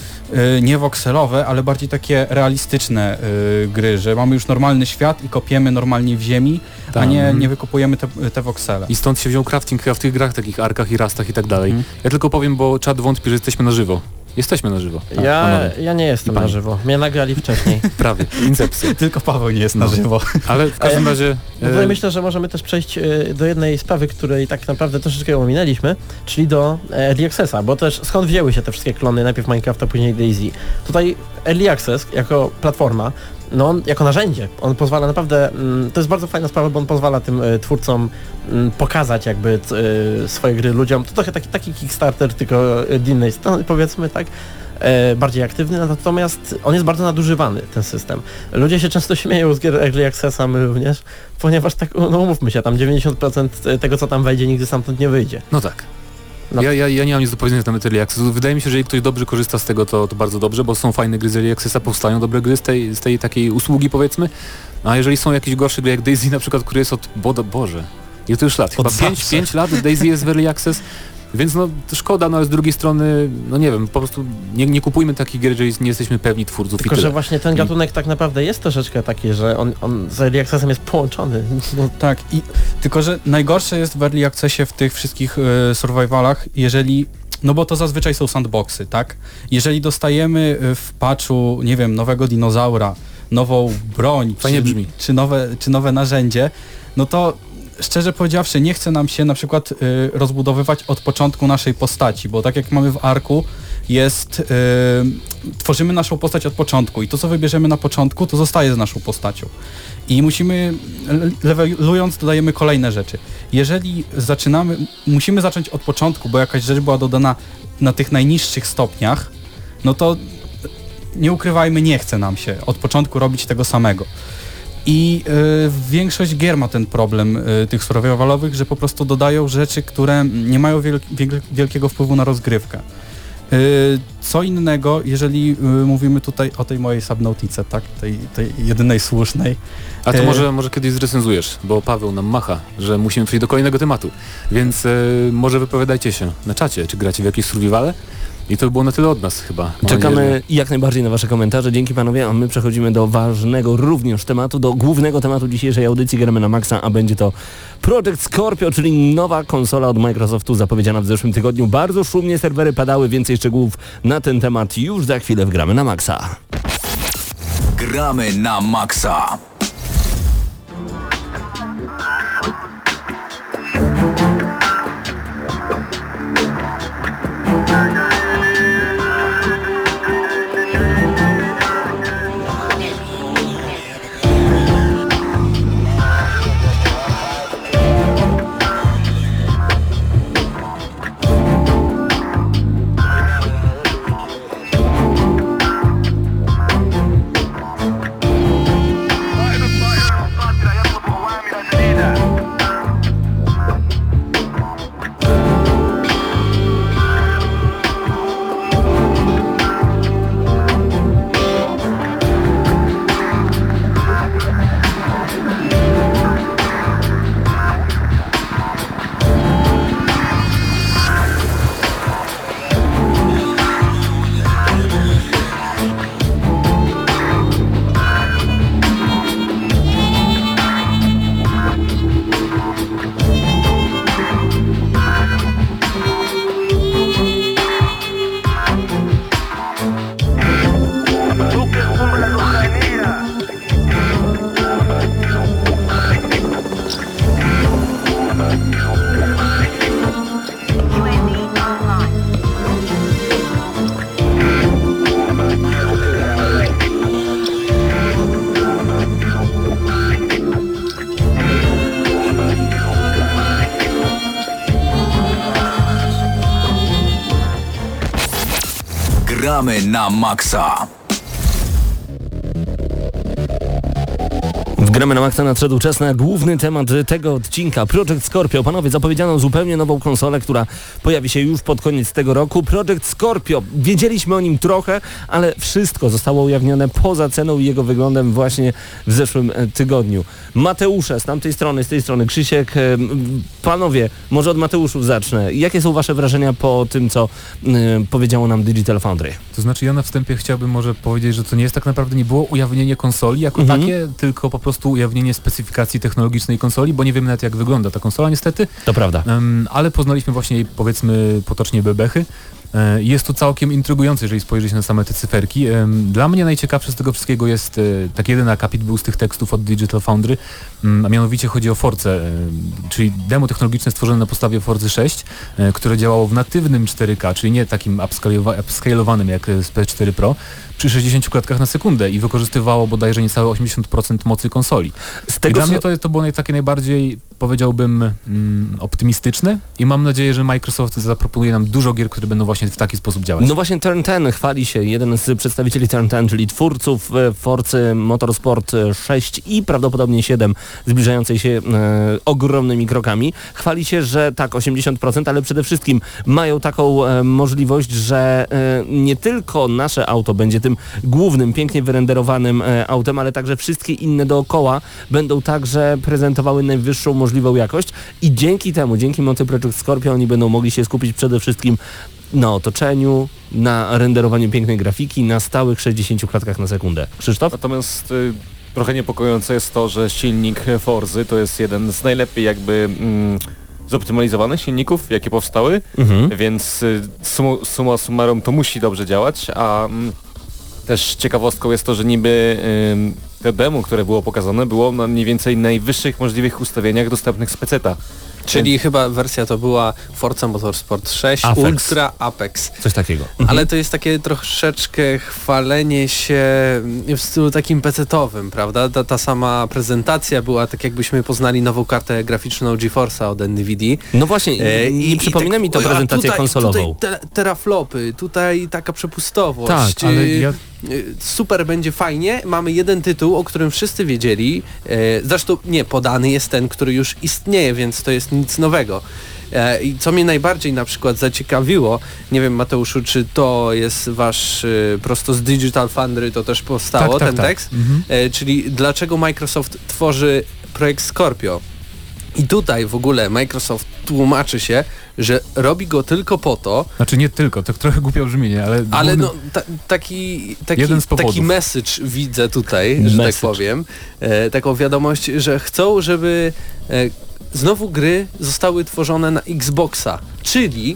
y, nie wokselowe, ale bardziej takie realistyczne y, gry, że mamy już normalny świat i kopiemy normalnie w ziemi, a Tak. nie, nie wykupujemy te, te woksele. I stąd się wziął crafting chyba w tych grach, takich arkach i rastach i tak dalej. Mhm. Ja tylko powiem, bo czat wątpi, że jesteśmy na żywo. Jesteśmy na żywo. Tak, Ja, panowie. ja nie jestem Pani. na żywo. Mnie nagrali wcześniej. Prawie. Incepcja. Tylko Paweł nie jest na No. żywo. Ale w każdym razie... No e, tutaj myślę, że możemy też przejść e, do jednej sprawy, której tak naprawdę troszeczkę ją ominęliśmy, czyli do e, Early Accessa, bo też skąd wzięły się te wszystkie klony, najpierw Minecrafta, później DayZ. Tutaj Early Access jako platforma, no on jako narzędzie, on pozwala naprawdę, mm, to jest bardzo fajna sprawa, bo on pozwala tym e, twórcom mm, pokazać jakby e, swoje gry ludziom. To trochę taki, taki Kickstarter, tylko z innej strony powiedzmy, tak? E, bardziej aktywny, natomiast on jest bardzo nadużywany, ten system. Ludzie się często śmieją z gier Early Accessa, my również, ponieważ tak, no umówmy się, tam dziewięćdziesiąt procent tego, co tam wejdzie, nigdy stamtąd nie wyjdzie. No tak. No. Ja, ja, ja nie mam nic do powiedzenia na temat Early Accessu. Wydaje mi się, że jeżeli ktoś dobrze korzysta z tego, to, to bardzo dobrze, bo są fajne gry z Early Accessa, powstają dobre gry z tej, z tej takiej usługi, powiedzmy. A jeżeli są jakieś gorsze gry jak DayZ na przykład, który jest od... Bo, Boże, ile to już lat? Chyba pięć lat DayZ jest w Early Access. Więc no to szkoda, no ale z drugiej strony, no nie wiem, po prostu nie, nie kupujmy takich gier, jeżeli nie jesteśmy pewni twórców. Tylko, i tyle. że właśnie ten gatunek tak naprawdę jest troszeczkę taki, że on, on z Early Accessem jest połączony. No, Tak, i tylko że najgorsze jest w Early Accessie w tych wszystkich y, survivalach, jeżeli, no bo to zazwyczaj są sandboxy, tak? Jeżeli dostajemy y, w patchu, nie wiem, nowego dinozaura, nową broń, Fajnie czy, brzmi. czy, nowe, czy nowe narzędzie, no to szczerze powiedziawszy nie chce nam się na przykład y, rozbudowywać od początku naszej postaci, bo tak jak mamy w Arku, jest, y, tworzymy naszą postać od początku i to co wybierzemy na początku, to zostaje z naszą postacią. I musimy, levelując, dodajemy kolejne rzeczy. Jeżeli zaczynamy, musimy zacząć od początku, bo jakaś rzecz była dodana na tych najniższych stopniach, no to nie ukrywajmy, nie chce nam się od początku robić tego samego. I y, większość gier ma ten problem y, tych survivalowych, że po prostu dodają rzeczy, które nie mają wiel wiel wielkiego wpływu na rozgrywkę. Y, co innego, jeżeli y, mówimy tutaj o tej mojej Subnautice, tak? Tej, tej jedynej słusznej. A to e- może, może kiedyś zrecenzujesz, bo Paweł nam macha, że musimy przejść do kolejnego tematu. Więc e, może wypowiadajcie się na czacie, czy gracie w jakieś survivale? I to by było na tyle od nas chyba. Mam Czekamy nadzieję, jak najbardziej na wasze komentarze. Dzięki panowie, a my przechodzimy do ważnego również tematu, do głównego tematu dzisiejszej audycji Gramy na Maxa, a będzie to Project Scorpio, czyli nowa konsola od Microsoftu zapowiedziana w zeszłym tygodniu. Bardzo szumnie serwery padały, więcej szczegółów na ten temat już za chwilę w Gramy na Maxa. Gramy na Maxa. Gramy na maksa. W Gramy na Maxa nadszedł czas na główny temat tego odcinka. Project Scorpio. Panowie, zapowiedziano zupełnie nową konsolę, która pojawi się już pod koniec tego roku. Project Scorpio. Wiedzieliśmy o nim trochę, ale wszystko zostało ujawnione poza ceną i jego wyglądem właśnie w zeszłym tygodniu. Mateusze, z tamtej strony, z tej strony Krzysiek. Panowie, może od Mateuszów zacznę. Jakie są wasze wrażenia po tym, co y, powiedziało nam Digital Foundry? To znaczy ja na wstępie chciałbym może powiedzieć, że to nie jest tak naprawdę, nie było ujawnienie konsoli jako Mhm. takie, tylko po prostu ujawnienie specyfikacji technologicznej konsoli, bo nie wiemy nawet jak wygląda ta konsola niestety, To prawda. um, ale poznaliśmy właśnie jej, powiedzmy potocznie bebechy. E, Jest to całkiem intrygujące, jeżeli spojrzy się na same te cyferki. Em, Dla mnie najciekawsze z tego wszystkiego jest, e, tak jeden akapit był z tych tekstów od Digital Foundry, mm, a mianowicie chodzi o Force, e, czyli demo technologiczne stworzone na podstawie Forzy sześć, e, które działało w natywnym cztery K, czyli nie takim upscalowa- upscalowanym jak z P S cztery Pro, przy sześćdziesięciu klatkach na sekundę i wykorzystywało bodajże niecałe osiemdziesiąt procent mocy konsoli. Z I tego, dla co... mnie to, to było naj- takie najbardziej, powiedziałbym, mm, optymistyczne i mam nadzieję, że Microsoft zaproponuje nam dużo gier, które będą właśnie w taki sposób działać. No właśnie Turn dziesięć chwali się, jeden z przedstawicieli Turn dziesięć, czyli twórców e, Forcy Motorsport sześć i prawdopodobnie siedem, zbliżającej się e, ogromnymi krokami. Chwali się, że tak, osiemdziesiąt procent, ale przede wszystkim mają taką e, możliwość, że e, nie tylko nasze auto będzie tym głównym, pięknie wyrenderowanym e, autem, ale także wszystkie inne dookoła będą także prezentowały najwyższą możliwą jakość i dzięki temu, dzięki Monty Project Scorpio oni będą mogli się skupić przede wszystkim na otoczeniu, na renderowaniu pięknej grafiki, na stałych sześćdziesięciu klatkach na sekundę. Krzysztof? Natomiast y, trochę niepokojące jest to, że silnik Forzy to jest jeden z najlepiej jakby mm, zoptymalizowanych silników, jakie powstały, Mhm. więc y, summa, summa summarum to musi dobrze działać, a mm, też ciekawostką jest to, że niby y, to demo, które było pokazane, było na mniej więcej najwyższych możliwych ustawieniach dostępnych z peceta. Czyli chyba wersja to była Forza Motorsport sześć Apex. Ultra Apex. Coś takiego. Ale to jest takie troszeczkę chwalenie się w stylu takim pecetowym, prawda? Ta, ta sama prezentacja była tak jakbyśmy poznali nową kartę graficzną GeForce'a od Nvidia. No właśnie, E, nie przypomina tak, mi to a prezentację tutaj, konsolową. Tutaj te, teraflopy, tutaj taka przepustowość. Tak, ale ja... Y, Super, będzie fajnie. Mamy jeden tytuł, o którym wszyscy wiedzieli. E, Zresztą nie, podany jest ten, który już istnieje, więc to jest nic nowego. E, I co mnie najbardziej na przykład zaciekawiło, nie wiem Mateuszu, czy to jest wasz y, prosto z Digital Foundry to też powstało, Tak, tak, ten tak. tekst, Mhm. e, czyli dlaczego Microsoft tworzy projekt Scorpio. I tutaj w ogóle Microsoft tłumaczy się, że robi go tylko po to, Znaczy nie tylko, to trochę głupie brzmienie, ale... ale główny- no ta, taki, taki, Jeden z powodów. taki message widzę tutaj, że Message. tak powiem, e, taką wiadomość, że chcą, żeby e, znowu gry zostały tworzone na Xboxa, czyli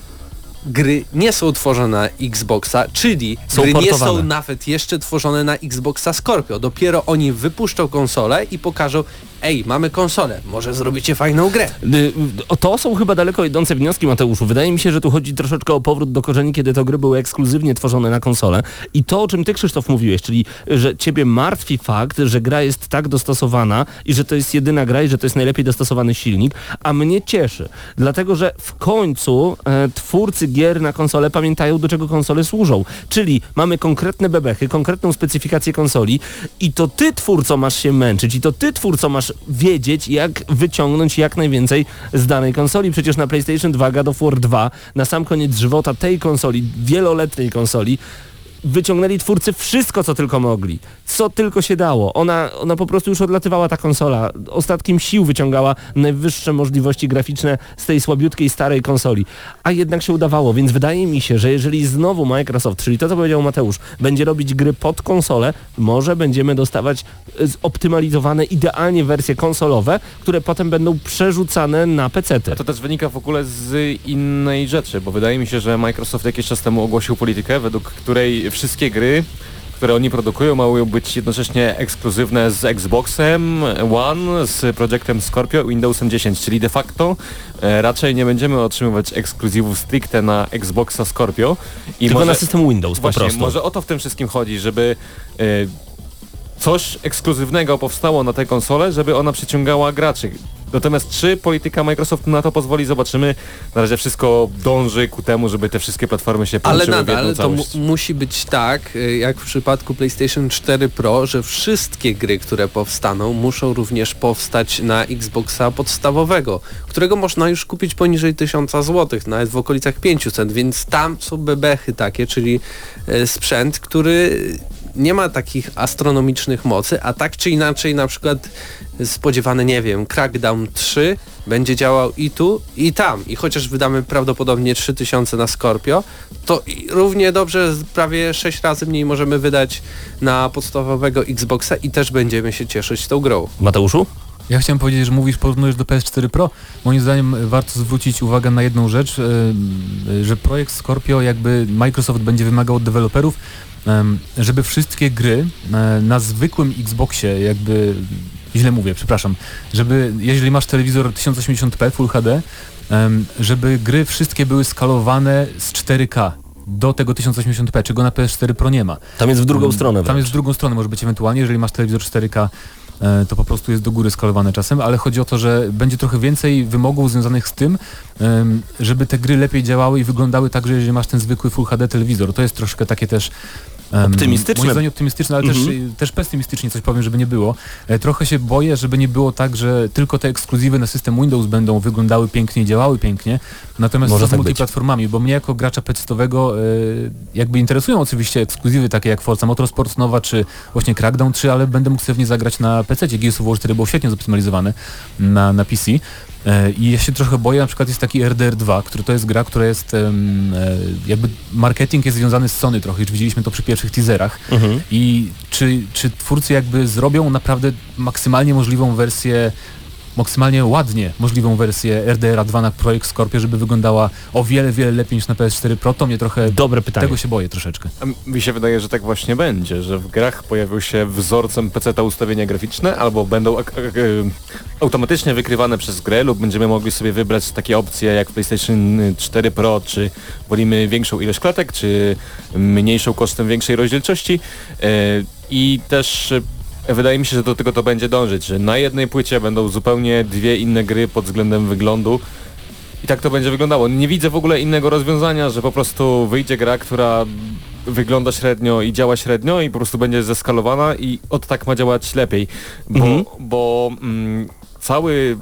gry nie są tworzone na Xboxa, czyli Są gry nie portowane. są nawet jeszcze tworzone na Xboxa Scorpio. Dopiero oni wypuszczą konsolę i pokażą, ej, mamy konsolę, może zrobicie fajną grę. Y, o, To są chyba daleko idące wnioski, Mateuszu. Wydaje mi się, że tu chodzi troszeczkę o powrót do korzeni, kiedy to gry były ekskluzywnie tworzone na konsolę. I to, o czym ty, Krzysztof, mówiłeś, czyli że ciebie martwi fakt, że gra jest tak dostosowana i że to jest jedyna gra i że to jest najlepiej dostosowany silnik, a mnie cieszy. Dlatego, że w końcu e, twórcy gier na konsolę pamiętają, do czego konsole służą. Czyli mamy konkretne bebechy, konkretną specyfikację konsoli i to ty, twórco, masz się męczyć i to ty, twórco, masz wiedzieć, jak wyciągnąć jak najwięcej z danej konsoli. Przecież na PlayStation dwa, God of War dwa, na sam koniec żywota tej konsoli, wieloletniej konsoli, wyciągnęli twórcy wszystko, co tylko mogli. Co tylko się dało. Ona, ona po prostu już odlatywała, ta konsola. Ostatkiem sił wyciągała najwyższe możliwości graficzne z tej słabiutkiej, starej konsoli. A jednak się udawało, więc wydaje mi się, że jeżeli znowu Microsoft, czyli to, co powiedział Mateusz, będzie robić gry pod konsolę, może będziemy dostawać zoptymalizowane idealnie wersje konsolowe, które potem będą przerzucane na pecety. A to też wynika w ogóle z innej rzeczy, bo wydaje mi się, że Microsoft jakiś czas temu ogłosił politykę, według której wszystkie gry, które oni produkują, mają być jednocześnie ekskluzywne z Xboxem One, z Projectem Scorpio i Windowsem dziesięć, czyli de facto e, raczej nie będziemy otrzymywać ekskluzywów stricte na Xboxa Scorpio. I Tylko może, na system Windows właśnie, po prostu. może o to w tym wszystkim chodzi, żeby e, coś ekskluzywnego powstało na tę konsolę, żeby ona przyciągała graczy. Natomiast czy polityka Microsoftu na to pozwoli, zobaczymy. Na razie wszystko dąży ku temu, żeby te wszystkie platformy się połączyły Ale w jedną nadal to całość. mu- musi być tak, y, jak w przypadku PlayStation cztery Pro, że wszystkie gry, które powstaną, muszą również powstać na Xboxa podstawowego, którego można już kupić poniżej tysiąca złotych, nawet w okolicach pięćset, więc tam są bebechy takie, czyli y, sprzęt, który nie ma takich astronomicznych mocy, a tak czy inaczej na przykład spodziewany, nie wiem, Crackdown trzy będzie działał i tu, i tam. I chociaż wydamy prawdopodobnie trzy tysiące na Scorpio, to i równie dobrze prawie sześć razy mniej możemy wydać na podstawowego Xboxa i też będziemy się cieszyć tą grą. Mateuszu? Ja chciałem powiedzieć, że mówisz, porównujesz do P S cztery Pro. Moim zdaniem warto zwrócić uwagę na jedną rzecz, yy, że projekt Scorpio jakby Microsoft będzie wymagał od deweloperów, yy, żeby wszystkie gry yy, na zwykłym Xboxie, jakby źle mówię, przepraszam, żeby jeżeli masz telewizor tysiąc osiemdziesiąt p Full H D, yy, żeby gry wszystkie były skalowane z cztery K do tego tysiąc osiemdziesiąt p, czego na P S cztery Pro nie ma. Tam jest w drugą Yy, stronę Tam wręcz. jest w drugą stronę, może być ewentualnie, jeżeli masz telewizor cztery K, to po prostu jest do góry skalowane czasem, ale chodzi o to, że będzie trochę więcej wymogów związanych z tym, żeby te gry lepiej działały i wyglądały tak, że jeżeli masz ten zwykły Full H D telewizor. To jest troszkę takie też Um, optymistyczne. Moim zdaniem optymistyczne, ale mhm. też, też pesymistycznie coś powiem, żeby nie było. E, trochę się boję, żeby nie było tak, że tylko te ekskluzywy na system Windows będą wyglądały pięknie i działały pięknie, natomiast Może z tak multiplatformami, bo mnie jako gracza pecetowego e, jakby interesują oczywiście ekskluzywy takie jak Forza Motorsport nowa, czy właśnie Crackdown trzy, ale będę mógł sobie w nie zagrać na pececie. Gears of War cztery było świetnie zoptymalizowane na, na P C. I ja się trochę boję, na przykład jest taki R D R dwa, który to jest gra, która jest um, jakby marketing jest związany z Sony trochę, już widzieliśmy to przy pierwszych teaserach mhm. i czy, czy twórcy jakby zrobią naprawdę maksymalnie możliwą wersję, maksymalnie ładnie możliwą wersję R D R dwa na projekt Scorpio, żeby wyglądała o wiele, wiele lepiej niż na P S cztery Pro, to mnie trochę, dobre pytanie. Tego się boję troszeczkę. A mi się wydaje, że tak właśnie będzie, że w grach pojawią się wzorcem peceta ustawienia graficzne, albo będą ak- ak- automatycznie wykrywane przez grę, lub będziemy mogli sobie wybrać takie opcje jak w PlayStation cztery Pro, czy wolimy większą ilość klatek, czy mniejszą kosztem większej rozdzielczości yy, i też wydaje mi się, że do tego to będzie dążyć, że na jednej płycie będą zupełnie dwie inne gry pod względem wyglądu i tak to będzie wyglądało. Nie widzę w ogóle innego rozwiązania, że po prostu wyjdzie gra, która wygląda średnio i działa średnio i po prostu będzie zeskalowana i od tak ma działać lepiej, bo, mhm. bo mm, cały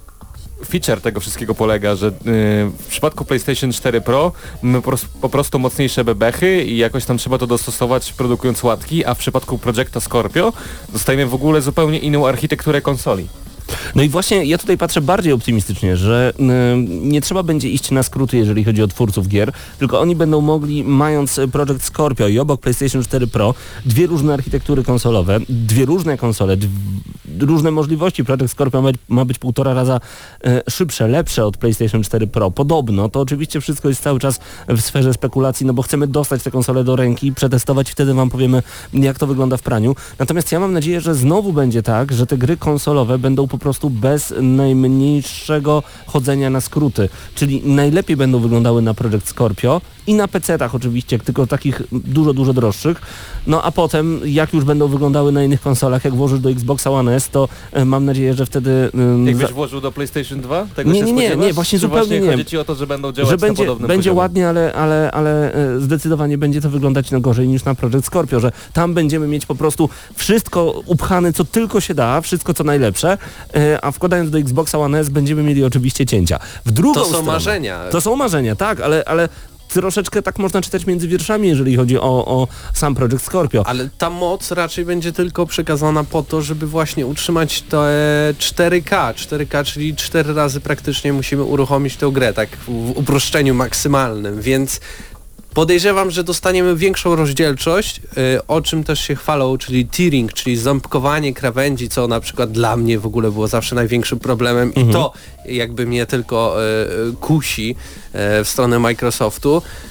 feature tego wszystkiego polega, że yy, w przypadku PlayStation cztery Pro mamy po, po prostu mocniejsze bebechy i jakoś tam trzeba to dostosować produkując łatki, a w przypadku Projecta Scorpio dostajemy w ogóle zupełnie inną architekturę konsoli. No i właśnie ja tutaj patrzę bardziej optymistycznie, że y, nie trzeba będzie iść na skróty, jeżeli chodzi o twórców gier, tylko oni będą mogli, mając Project Scorpio i obok PlayStation cztery Pro, dwie różne architektury konsolowe, dwie różne konsole, d- różne możliwości. Project Scorpio ma, ma być półtora raza y, szybsze, lepsze od PlayStation cztery Pro. Podobno, to oczywiście wszystko jest cały czas w sferze spekulacji, no bo chcemy dostać tę konsolę do ręki, przetestować, wtedy wam powiemy, jak to wygląda w praniu. Natomiast ja mam nadzieję, że znowu będzie tak, że te gry konsolowe będą po prostu bez najmniejszego chodzenia na skróty, czyli najlepiej będą wyglądały na Project Scorpio i na pecetach oczywiście, tylko takich dużo, dużo droższych, no a potem jak już będą wyglądały na innych konsolach, jak włożysz do Xboxa One S, to e, mam nadzieję, że wtedy... Um, Jakbyś za... włożył do PlayStation dwa? Tego nie, się nie, nie, nie, właśnie zupełnie właśnie nie. Chodzi ci o to, że będą działać że na będzie, podobnym będzie poziomie. ładnie, ale, ale, ale zdecydowanie będzie to wyglądać no gorzej niż na Project Scorpio, że tam będziemy mieć po prostu wszystko upchane, co tylko się da, wszystko co najlepsze, a wkładając do Xboxa One S będziemy mieli oczywiście cięcia. W drugą to są stronę, marzenia. To są marzenia, tak, ale, ale troszeczkę tak można czytać między wierszami, jeżeli chodzi o, o sam Project Scorpio. Ale ta moc raczej będzie tylko przekazana po to, żeby właśnie utrzymać te cztery K. cztery K, czyli cztery razy praktycznie musimy uruchomić tę grę, tak w uproszczeniu maksymalnym, więc podejrzewam, że dostaniemy większą rozdzielczość, yy, o czym też się chwalą, czyli tearing, czyli ząbkowanie krawędzi, co na przykład dla mnie w ogóle było zawsze największym problemem mhm. i to jakby mnie tylko yy, kusi yy, w stronę Microsoftu.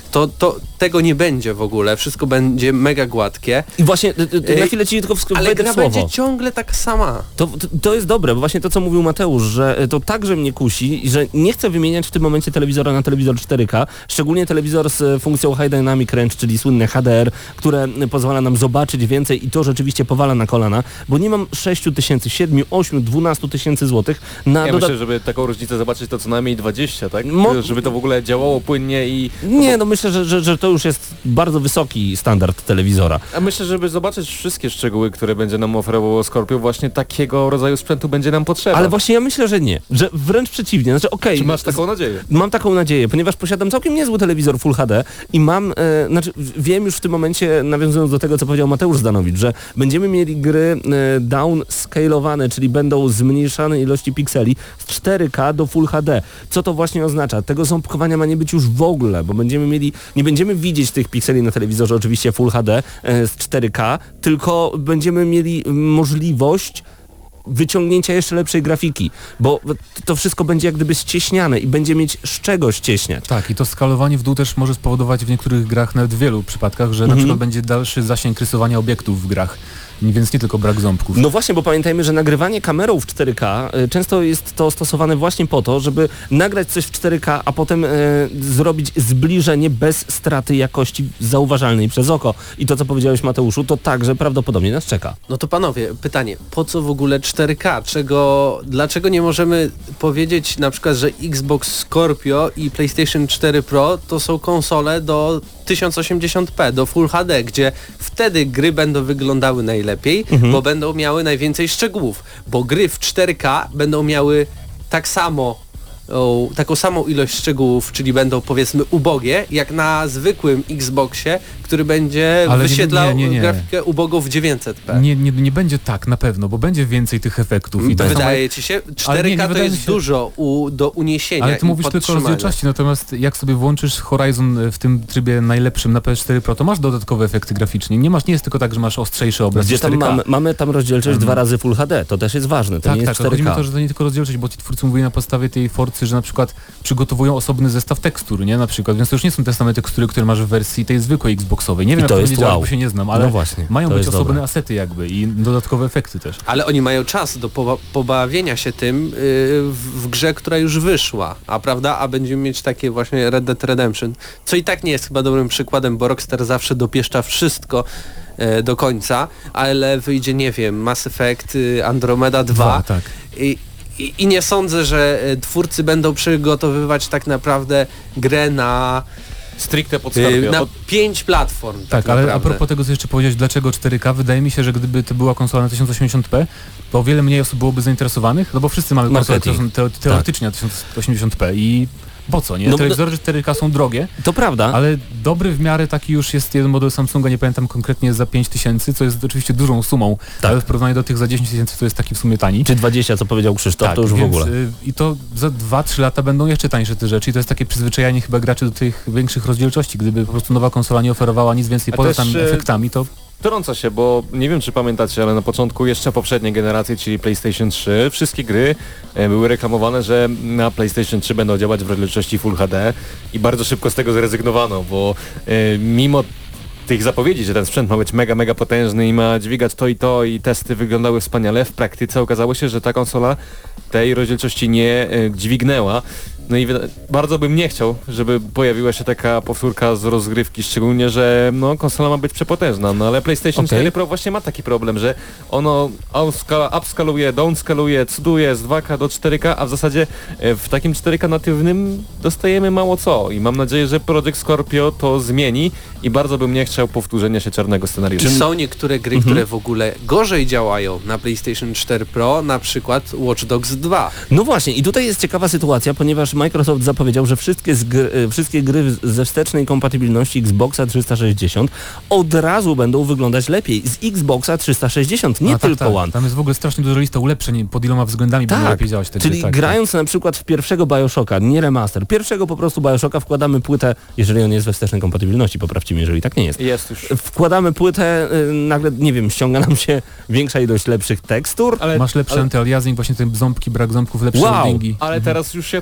to, to tego nie będzie w ogóle, wszystko będzie mega gładkie. I właśnie y, y, na chwilę ci tylko wsk- Ale wejdę gra w słowo. będzie ciągle tak sama. To, to, to jest dobre, bo właśnie to, co mówił Mateusz, że to także mnie kusi, że nie chcę wymieniać w tym momencie telewizora na telewizor cztery K, szczególnie telewizor z funkcją High Dynamic Range, czyli słynne H D R, które pozwala nam zobaczyć więcej i to rzeczywiście powala na kolana, bo nie mam sześć tysięcy, siedem, osiem, dwanaście tysięcy złotych na Ja doda- myślę, żeby taką różnicę zobaczyć, to co najmniej dwadzieścia, tak? Mo- Żeby to w ogóle działało płynnie i... Nie, no myślę, że, że, że to już jest bardzo wysoki standard telewizora. A myślę, żeby zobaczyć wszystkie szczegóły, które będzie nam oferowało Scorpio, właśnie takiego rodzaju sprzętu będzie nam potrzeba. Ale właśnie ja myślę, że nie, że wręcz przeciwnie, znaczy okej. Czy masz taką nadzieję? Mam taką nadzieję, ponieważ posiadam całkiem niezły telewizor Full H D i mam, e, znaczy wiem już w tym momencie, nawiązując do tego, co powiedział Mateusz Zdanowicz, że będziemy mieli gry e, downscalowane, czyli będą zmniejszane ilości pikseli z cztery K do Full H D. Co to właśnie oznacza? Tego ząbkowania ma nie być już w ogóle, bo będziemy mieli, nie będziemy widzieć tych pikseli na telewizorze oczywiście Full H D e, z cztery K, tylko będziemy mieli możliwość wyciągnięcia jeszcze lepszej grafiki, bo to wszystko będzie jak gdyby ścieśniane i będzie mieć z czego ścieśniać. Tak, i to skalowanie w dół też może spowodować w niektórych grach, nawet w wielu przypadkach, że Mhm. na przykład będzie dalszy zasięg rysowania obiektów w grach, więc nie tylko brak ząbków. No właśnie, bo pamiętajmy, że nagrywanie kamerą w cztery K y, często jest to stosowane właśnie po to, żeby nagrać coś w cztery K, a potem y, zrobić zbliżenie bez straty jakości zauważalnej przez oko. I to, co powiedziałeś Mateuszu, to także prawdopodobnie nas czeka. No to panowie, pytanie, po co w ogóle cztery K? Czego, dlaczego nie możemy powiedzieć na przykład, że Xbox Scorpio i PlayStation cztery Pro to są konsole do tysiąc osiemdziesiąt p, do Full H D, gdzie wtedy gry będą wyglądały najlepiej, Mhm. bo będą miały najwięcej szczegółów, bo gry w cztery K będą miały tak samo o, taką samą ilość szczegółów, czyli będą powiedzmy ubogie, jak na zwykłym Xboxie, który będzie Ale nie- wyświetlał nie, nie, nie. grafikę ubogą w dziewięćset p. Nie, nie, nie będzie tak na pewno, bo będzie więcej tych efektów. I To tak samo wydaje jak- ci się? Ale nie, cztery K nie to wydaje jest mi się- dużo u, do uniesienia Ale ty i mówisz tylko o podtrzymania. rozdzielczości, natomiast jak sobie włączysz Horizon w tym trybie najlepszym na P S cztery Pro, to masz dodatkowe efekty graficzne. Nie masz, nie jest tylko tak, że masz ostrzejszy obraz Gdzie w tam cztery K. mamy, mamy tam rozdzielczość Mhm. dwa razy Full H D, to też jest ważne, to Tak, nie jest tak, ale chodzi cztery mi K. o to, że to nie tylko rozdzielczość, bo ci twórcy mówili na podstawie tej Forcy, że na przykład przygotowują osobny zestaw tekstur, nie? Na przykład, więc to już nie są te same tekstury, które masz w wersji tej zwykłej Xboxowej. Nie wiem, I jak to to jest będzie działać, wow. bo się nie znam, ale No właśnie, mają to być jest osobne dobre. asety jakby i dodatkowe efekty też. Ale oni mają czas do poba- pobawienia się tym yy, w, w grze, która już wyszła, a prawda? A będziemy mieć takie właśnie Red Dead Redemption, co i tak nie jest chyba dobrym przykładem, bo Rockstar zawsze dopieszcza wszystko yy, do końca, ale wyjdzie, nie wiem, Mass Effect, yy, Andromeda dwa. Dwa, tak. I, i, I nie sądzę, że y, twórcy będą przygotowywać tak naprawdę grę na, Stricte pod y, Scorpio. na Pod- pięć platform. Tak, Tak, ale naprawdę. a propos tego, co jeszcze powiedziałeś, dlaczego cztery K, wydaje mi się, że gdyby to była konsola na tysiąc osiemdziesiąt p, to o wiele mniej osób byłoby zainteresowanych, no bo wszyscy mamy konsole, które Marketing. są teo- teoretycznie na tysiąc osiemdziesiąt p i po co, nie? No, Telewizory cztery K są drogie, To prawda. ale dobry w miarę taki już jest jeden model Samsunga, nie pamiętam konkretnie, za pięć tysięcy, co jest oczywiście dużą sumą, Tak. ale w porównaniu do tych za dziesięć tysięcy to jest taki w sumie tani. Czy dwadzieścia, co powiedział Krzysztof, Tak, to już więc, w ogóle. y, I to za dwa trzy lata będą jeszcze tańsze te rzeczy i to jest takie przyzwyczajenie chyba graczy do tych większych rozdzielczości. Gdyby po prostu nowa konsola nie oferowała nic więcej A poza też, tam y, efektami, to Trąca się, bo nie wiem czy pamiętacie, ale na początku jeszcze poprzedniej generacji, czyli PlayStation trzy, wszystkie gry e, były reklamowane, że na PlayStation trzy będą działać w rozdzielczości Full H D i bardzo szybko z tego zrezygnowano, bo e, mimo tych zapowiedzi, że ten sprzęt ma być mega, mega potężny i ma dźwigać to i to i testy wyglądały wspaniale, w praktyce okazało się, że ta konsola tej rozdzielczości nie e, dźwignęła. No i wyda- bardzo bym nie chciał, żeby pojawiła się taka powtórka z rozgrywki, szczególnie, że no, konsola ma być przepotężna, no ale PlayStation Okej. cztery Pro właśnie ma taki problem, że ono upscala- upskaluje, downskaluje, cuduje z dwa K do cztery K, a w zasadzie e, w takim cztery K natywnym dostajemy mało co i mam nadzieję, że Project Scorpio to zmieni i bardzo bym nie chciał powtórzenia się czarnego scenariusza. I są niektóre gry, które w ogóle gorzej działają na PlayStation cztery Pro, na przykład Watch Dogs dwa. No właśnie i tutaj jest ciekawa sytuacja, ponieważ Microsoft zapowiedział, że wszystkie, z gry, e, wszystkie gry z- ze wstecznej kompatybilności Xboxa trzysta sześćdziesiąt od razu będą wyglądać lepiej z Xboxa trzysta sześćdziesiąt, nie A, tak, tylko tak. One. Tam jest w ogóle strasznie dużo lista ulepszeń pod iloma względami będą Tak, lepiej działać te czyli gry. Tak, grając na przykład w pierwszego Bioshocka, nie remaster, pierwszego po prostu Bioshocka wkładamy płynę, jeżeli on jest we wstecznej kompatybilności, poprawcie mnie, jeżeli tak nie jest. Jest już. Wkładamy płytę, y, nagle, nie wiem, ściąga nam się większa ilość lepszych tekstur. tak. Ale, Masz lepszy ale, anty-aliasing, właśnie te ząbki, brak ząbków, lepsze Wow. loadingi. ale teraz już się tak jest.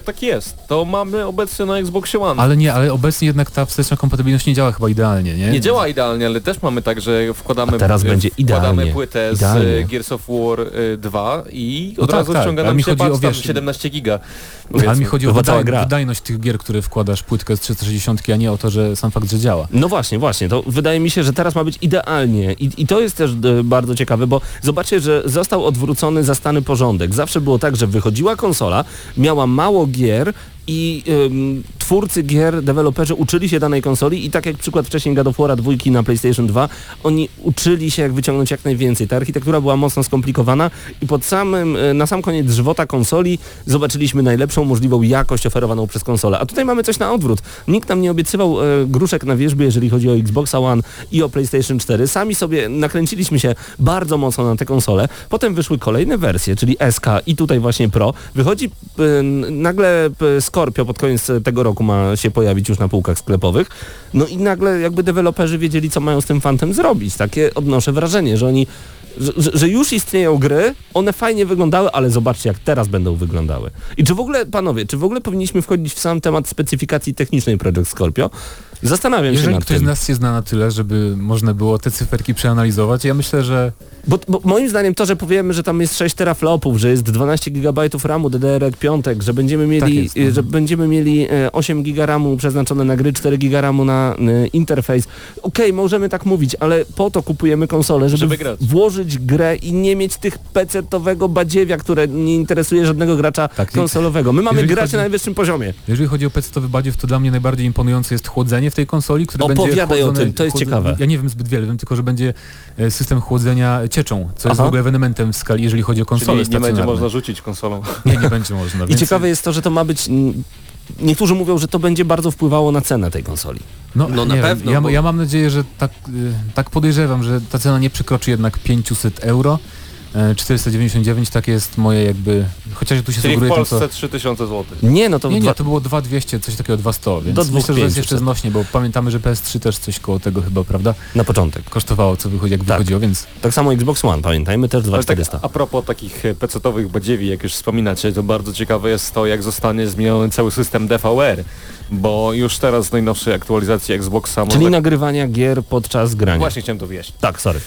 Stars, to mamy obecnie na Xboxie One. Ale nie, ale obecnie jednak ta wsteczna kompatybilność nie działa chyba idealnie, nie? Nie działa idealnie, ale też mamy tak, że wkładamy, A teraz będzie wkładamy idealnie. płytę Idealnie. z Gears of War y, dwa i No od tak, razu tak, ściąga ale nam mi się chodzi o, patch tam wiesz, siedemnaście giga. Ale mi chodzi o Chyba cała wydaj, gra. wydajność tych gier, które wkładasz płytkę z trzysta sześćdziesiąt, a nie o to, że sam fakt, że działa. No właśnie, właśnie, to wydaje mi się, że teraz ma być idealnie i, i to jest też e, bardzo ciekawe, bo zobaczcie, że został odwrócony zastany porządek. Zawsze było tak, że wychodziła konsola, miała mało gier i ym, twórcy gier, deweloperzy uczyli się danej konsoli i tak jak przykład wcześniej God of War'a dwójki na PlayStation dwa, oni uczyli się jak wyciągnąć jak najwięcej. Ta architektura była mocno skomplikowana i pod samym, y, na sam koniec żywota konsoli zobaczyliśmy najlepszą możliwą jakość oferowaną przez konsolę. A tutaj mamy coś na odwrót. Nikt nam nie obiecywał y, gruszek na wierzbie, jeżeli chodzi o Xboxa One i o PlayStation cztery. Sami sobie nakręciliśmy się bardzo mocno na te konsole. Potem wyszły kolejne wersje, czyli S K i tutaj właśnie Pro. Wychodzi y, nagle y, Scorpio pod koniec tego roku ma się pojawić już na półkach sklepowych. No i nagle jakby deweloperzy wiedzieli, co mają z tym fantem zrobić. Takie odnoszę wrażenie, że oni, że, że już istnieją gry, one fajnie wyglądały, ale zobaczcie, jak teraz będą wyglądały. I czy w ogóle, panowie, czy w ogóle powinniśmy wchodzić w sam temat specyfikacji technicznej Project Scorpio? Zastanawiam się Jeżeli nad ktoś tym. z nas się zna na tyle, żeby można było te cyferki przeanalizować, ja myślę, że Bo, bo moim zdaniem to, że powiemy, że tam jest sześć teraflopów, że jest dwanaście gigabajtów ramu D D R pięć, że będziemy mieli, Tak jest, e, no. że będziemy mieli e, osiem giga ramu przeznaczone na gry, cztery giga ramu na e, interfejs. Okej, możemy tak mówić, ale po to kupujemy konsolę, żeby, Żeby w- grać. włożyć grę i nie mieć tych pecetowego badziewia, które nie interesuje żadnego gracza Tak, i- konsolowego. My mamy jeżeli grać chodzi- na najwyższym poziomie. jeżeli chodzi o pecetowy badziew, to dla mnie najbardziej imponujące jest chłodzenie w tej konsoli, które będzie Opowiadaj o chłodzone, tym, to jest chłodze- ciekawe. Ja nie wiem zbyt wiele, wiem tylko, że będzie e, system chłodzenia cieczą, co jest Aha. w ogóle ewenementem w skali, jeżeli chodzi o konsole Czyli nie będzie stacjonarne. można rzucić konsolą. Nie, nie będzie można. I więc- ciekawe jest to, że to ma być... mm, Niektórzy mówią, że to będzie bardzo wpływało na cenę tej konsoli. No, No nie na wiem, pewno, Ja, bo- ja mam nadzieję, że tak, y, tak podejrzewam, że ta cena nie przekroczy jednak pięćset euro. E, czterysta dziewięćdziesiąt dziewięć, takie jest moje jakby... Chociaż tu się Czyli w sugeruje tym, co... Polsce trzy tysiące złotych. Nie, no to... Nie, dwa- nie, to było dwa dwieście, coś takiego dwa sto, więc Do dwóch myślę, że jest pięciu jeszcze przed. znośnie, bo pamiętamy, że P S trzy też coś koło tego chyba, prawda? Na początek. Kosztowało, co wychodzi, jak Tak. wychodziło, więc... Tak samo Xbox One, pamiętajmy, też Ale tak, dwa tysiące czterysta. a propos takich e, pecetowych badziewi, jak już wspominacie, to bardzo ciekawe jest to, jak zostanie zmieniony cały system D V R, bo już teraz w najnowszej aktualizacji Xboxa Czyli można... nagrywania gier podczas grania. Właśnie chciałem to wieść. Tak, sorry.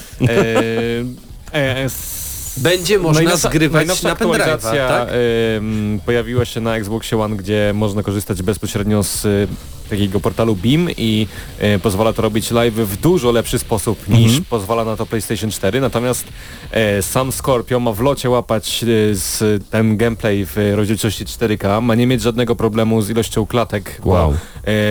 E, e, s- Będzie można najnowsza- zgrywać najnowsza na pendrive'a, aktualizacja tak? em, pojawiła się na Xboxie One, gdzie można korzystać bezpośrednio z e, takiego portalu Beam i e, pozwala to robić live w dużo lepszy sposób niż Mhm. pozwala na to PlayStation cztery, natomiast e, sam Scorpio ma w locie łapać e, z ten gameplay w rozdzielczości cztery K, ma nie mieć żadnego problemu z ilością klatek, bo Wow.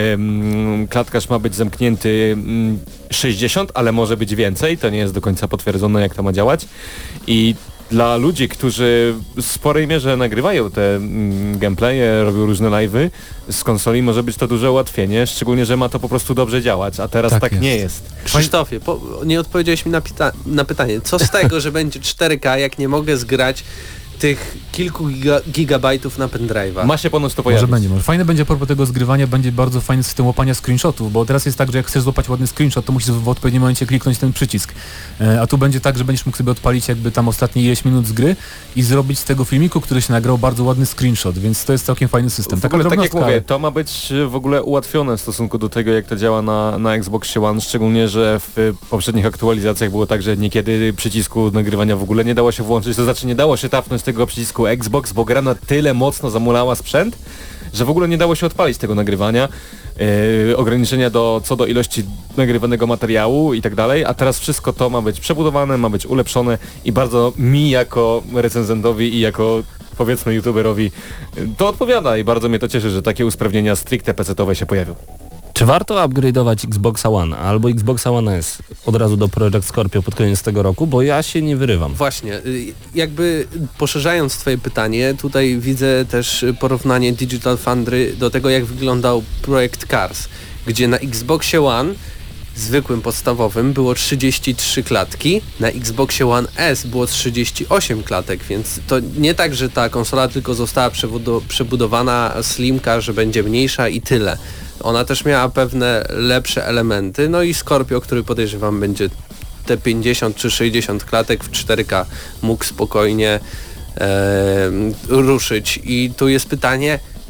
em, klatkarz ma być zamknięty mm, sześćdziesiąt, ale może być więcej, to nie jest do końca potwierdzone, jak to ma działać i dla ludzi, którzy w sporej mierze nagrywają te mm, gameplaye, robią różne live'y z konsoli, może być to duże ułatwienie, szczególnie, że ma to po prostu dobrze działać, a teraz tak, Tak jest. nie jest. Krzysztofie, po, nie odpowiedziałeś mi na, pita- na pytanie. Co z tego, że będzie cztery K, jak nie mogę zgrać tych kilku giga- gigabajtów na pendrive'a? Ma się ponoć to Może pojawić. będzie, może. Fajne będzie a propos tego zgrywania, będzie bardzo fajny system łapania screenshotów, bo teraz jest tak, że jak chcesz złapać ładny screenshot, to musisz w odpowiednim momencie kliknąć ten przycisk. E, a tu będzie tak, że będziesz mógł sobie odpalić jakby tam ostatnie ileś minut z gry i zrobić z tego filmiku, który się nagrał, bardzo ładny screenshot, więc to jest całkiem fajny system. W ogóle, tak jak drobnostka, mówię, ale- to ma być w ogóle ułatwione w stosunku do tego, jak to działa na, na Xboxie One, szczególnie, że w poprzednich aktualizacjach było tak, że niekiedy przycisku nagrywania w ogóle nie dało się włączyć, to znaczy nie dało się tapnąć tego przycisku Xbox, bo gra na tyle mocno zamulała sprzęt, że w ogóle nie dało się odpalić tego nagrywania. Yy, ograniczenia do, co do ilości nagrywanego materiału i tak dalej, a teraz wszystko to ma być przebudowane, ma być ulepszone i bardzo mi jako recenzentowi i jako powiedzmy youtuberowi yy, to odpowiada i bardzo mnie to cieszy, że takie usprawnienia stricte pecetowe się pojawią. Czy warto upgrade'ować Xboxa One albo Xboxa One S od razu do Project Scorpio pod koniec tego roku? Bo ja się nie wyrywam. Właśnie, y, jakby poszerzając twoje pytanie, tutaj widzę też porównanie Digital Foundry do tego, jak wyglądał projekt Cars, gdzie na Xboxie One zwykłym, podstawowym było trzydzieści trzy klatki, na Xboxie One S było trzydzieści osiem klatek, więc to nie tak, że ta konsola tylko została przebudo- przebudowana slimka, że będzie mniejsza i tyle. Ona też miała pewne lepsze elementy, no i Scorpio, który podejrzewam będzie te pięćdziesiąt czy sześćdziesiąt klatek w cztery K mógł spokojnie e, ruszyć. I tu jest pytanie,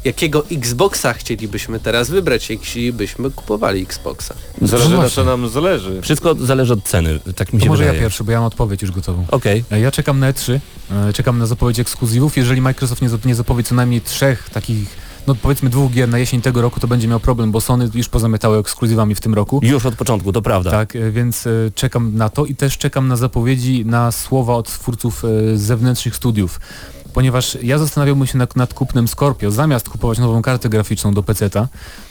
jakiego Xboxa chcielibyśmy teraz wybrać, jeśli byśmy kupowali Xboxa. Zależy No na co nam zależy. Wszystko zależy od ceny, tak mi To się może wydaje. ja pierwszy, bo ja mam odpowiedź już gotową. Okej. E, Ja czekam na E trzy, e, czekam na zapowiedź ekskluzywów. Jeżeli Microsoft nie, zap- nie zapowie co najmniej trzech takich, no powiedzmy dwóch gier na jesień tego roku, to będzie miał problem, bo Sony już pozamiatały ekskluzywami w tym roku. Już od początku, to prawda. Tak, e, więc e, czekam na to i też czekam na zapowiedzi, na słowa od twórców e, z zewnętrznych studiów. Ponieważ ja zastanawiałbym się nad, nad kupnem Scorpio, zamiast kupować nową kartę graficzną do peceta.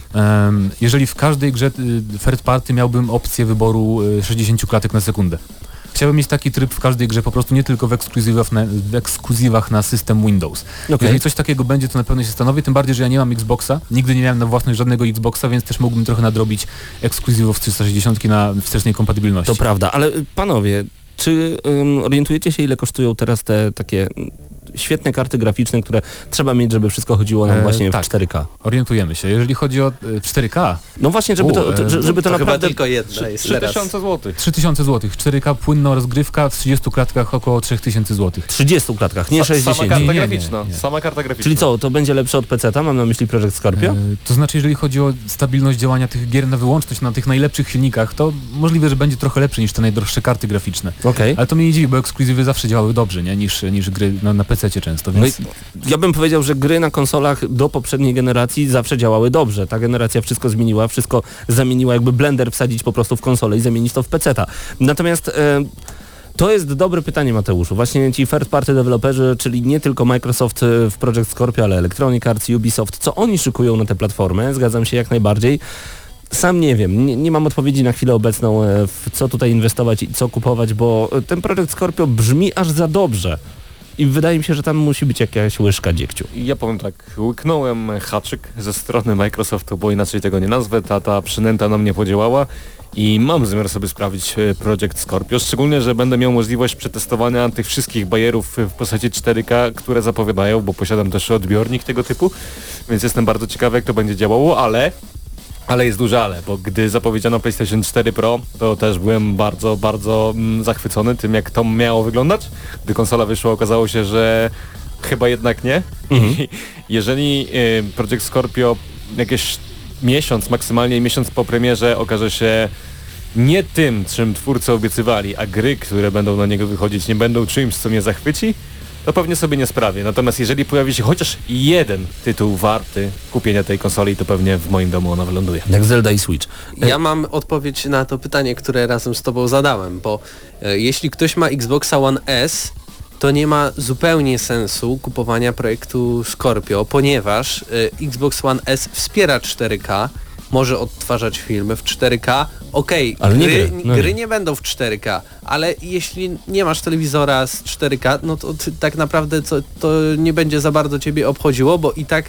Um, jeżeli w każdej grze y, third party miałbym opcję wyboru y, sześćdziesiąt klatek na sekundę. Chciałbym mieć taki tryb w każdej grze, po prostu nie tylko w ekskluzywach na, w ekskluzywach na system Windows. Okay. Jeżeli coś takiego będzie, to na pewno się stanowi, tym bardziej, że ja nie mam Xboxa, nigdy nie miałem na własność żadnego Xboxa, więc też mógłbym trochę nadrobić ekskluzywów trzysta sześćdziesiąt na wstecznej kompatybilności. To prawda, ale y, panowie, czy ym, orientujecie się, ile kosztują teraz te takie mm, świetne karty graficzne, które trzeba mieć, żeby wszystko chodziło nam E, właśnie tak. w cztery K? Orientujemy się. Jeżeli chodzi o y, cztery K, No właśnie, żeby U, to, to, e, że- żeby to, To chyba naprawdę... tylko jedna jest trzy teraz. tysiące złotych. trzy tysiące złotych, cztery K płynna rozgrywka w trzydziestu klatkach około trzy tysiące złotych. W trzydziestu klatkach, nie Sa- Sama sześćdziesięciu. karta Nie, nie, nie, graficzna. nie. Sama karta graficzna. Czyli co, to będzie lepsze od peceta? Mam na myśli Project Scorpio? E, to znaczy, jeżeli chodzi o stabilność działania tych gier na wyłączność na tych najlepszych silnikach, to możliwe, że będzie trochę lepsze niż te najdroższe karty graficzne. Okej. Ale to mnie nie dziwi, bo ekskluzywy zawsze działały dobrze, nie? Niż, niż gry na, na pececie często, No więc... i ja bym powiedział, że gry na konsolach do poprzedniej generacji zawsze działały dobrze. Ta generacja wszystko zmieniła, wszystko zamieniła, jakby blender wsadzić po prostu w konsolę i zamienić to w peceta. Natomiast e, to jest dobre pytanie, Mateuszu. Właśnie ci third party deweloperzy, czyli nie tylko Microsoft e, w Project Scorpio, ale Electronic Arts, Ubisoft, co oni szykują na tę platformę? Zgadzam się jak najbardziej. Sam nie wiem, nie, nie mam odpowiedzi na chwilę obecną, e, w co tutaj inwestować i co kupować, bo e, ten Project Scorpio brzmi aż za dobrze. I wydaje mi się, że tam musi być jakaś łyżka dziegciu. Ja powiem tak, łyknąłem haczyk ze strony Microsoftu, bo inaczej tego nie nazwę, ta, ta przynęta na mnie podziałała i mam zamiar sobie sprawdzić e, Project Scorpio, szczególnie, że będę miał możliwość przetestowania tych wszystkich bajerów w postaci cztery K, które zapowiadają, bo posiadam też odbiornik tego typu, więc jestem bardzo ciekawy, jak to będzie działało, ale... Ale jest duże ale, bo gdy zapowiedziano PlayStation cztery Pro, to też byłem bardzo, bardzo mm, zachwycony tym, jak to miało wyglądać. Gdy konsola wyszła, okazało się, że chyba jednak nie. Mhm. I jeżeli y, Project Scorpio jakieś miesiąc, maksymalnie miesiąc po premierze okaże się nie tym, czym twórcy obiecywali, a gry, które będą na niego wychodzić, nie będą czymś, co mnie zachwyci, to pewnie sobie nie sprawię. Natomiast jeżeli pojawi się chociaż jeden tytuł warty kupienia tej konsoli, to pewnie w moim domu ona wyląduje. Jak Zelda i Switch. Ja mam odpowiedź na to pytanie, które razem z tobą zadałem, bo e, jeśli ktoś ma Xboxa One S, to nie ma zupełnie sensu kupowania projektu Scorpio, ponieważ e, Xbox One S wspiera cztery K, może odtwarzać filmy w cztery K. Okej, Ale nie gry, gry. No gry nie. nie będą w cztery K, ale jeśli nie masz telewizora z cztery K, no to ty, tak naprawdę co, to nie będzie za bardzo ciebie obchodziło, bo i tak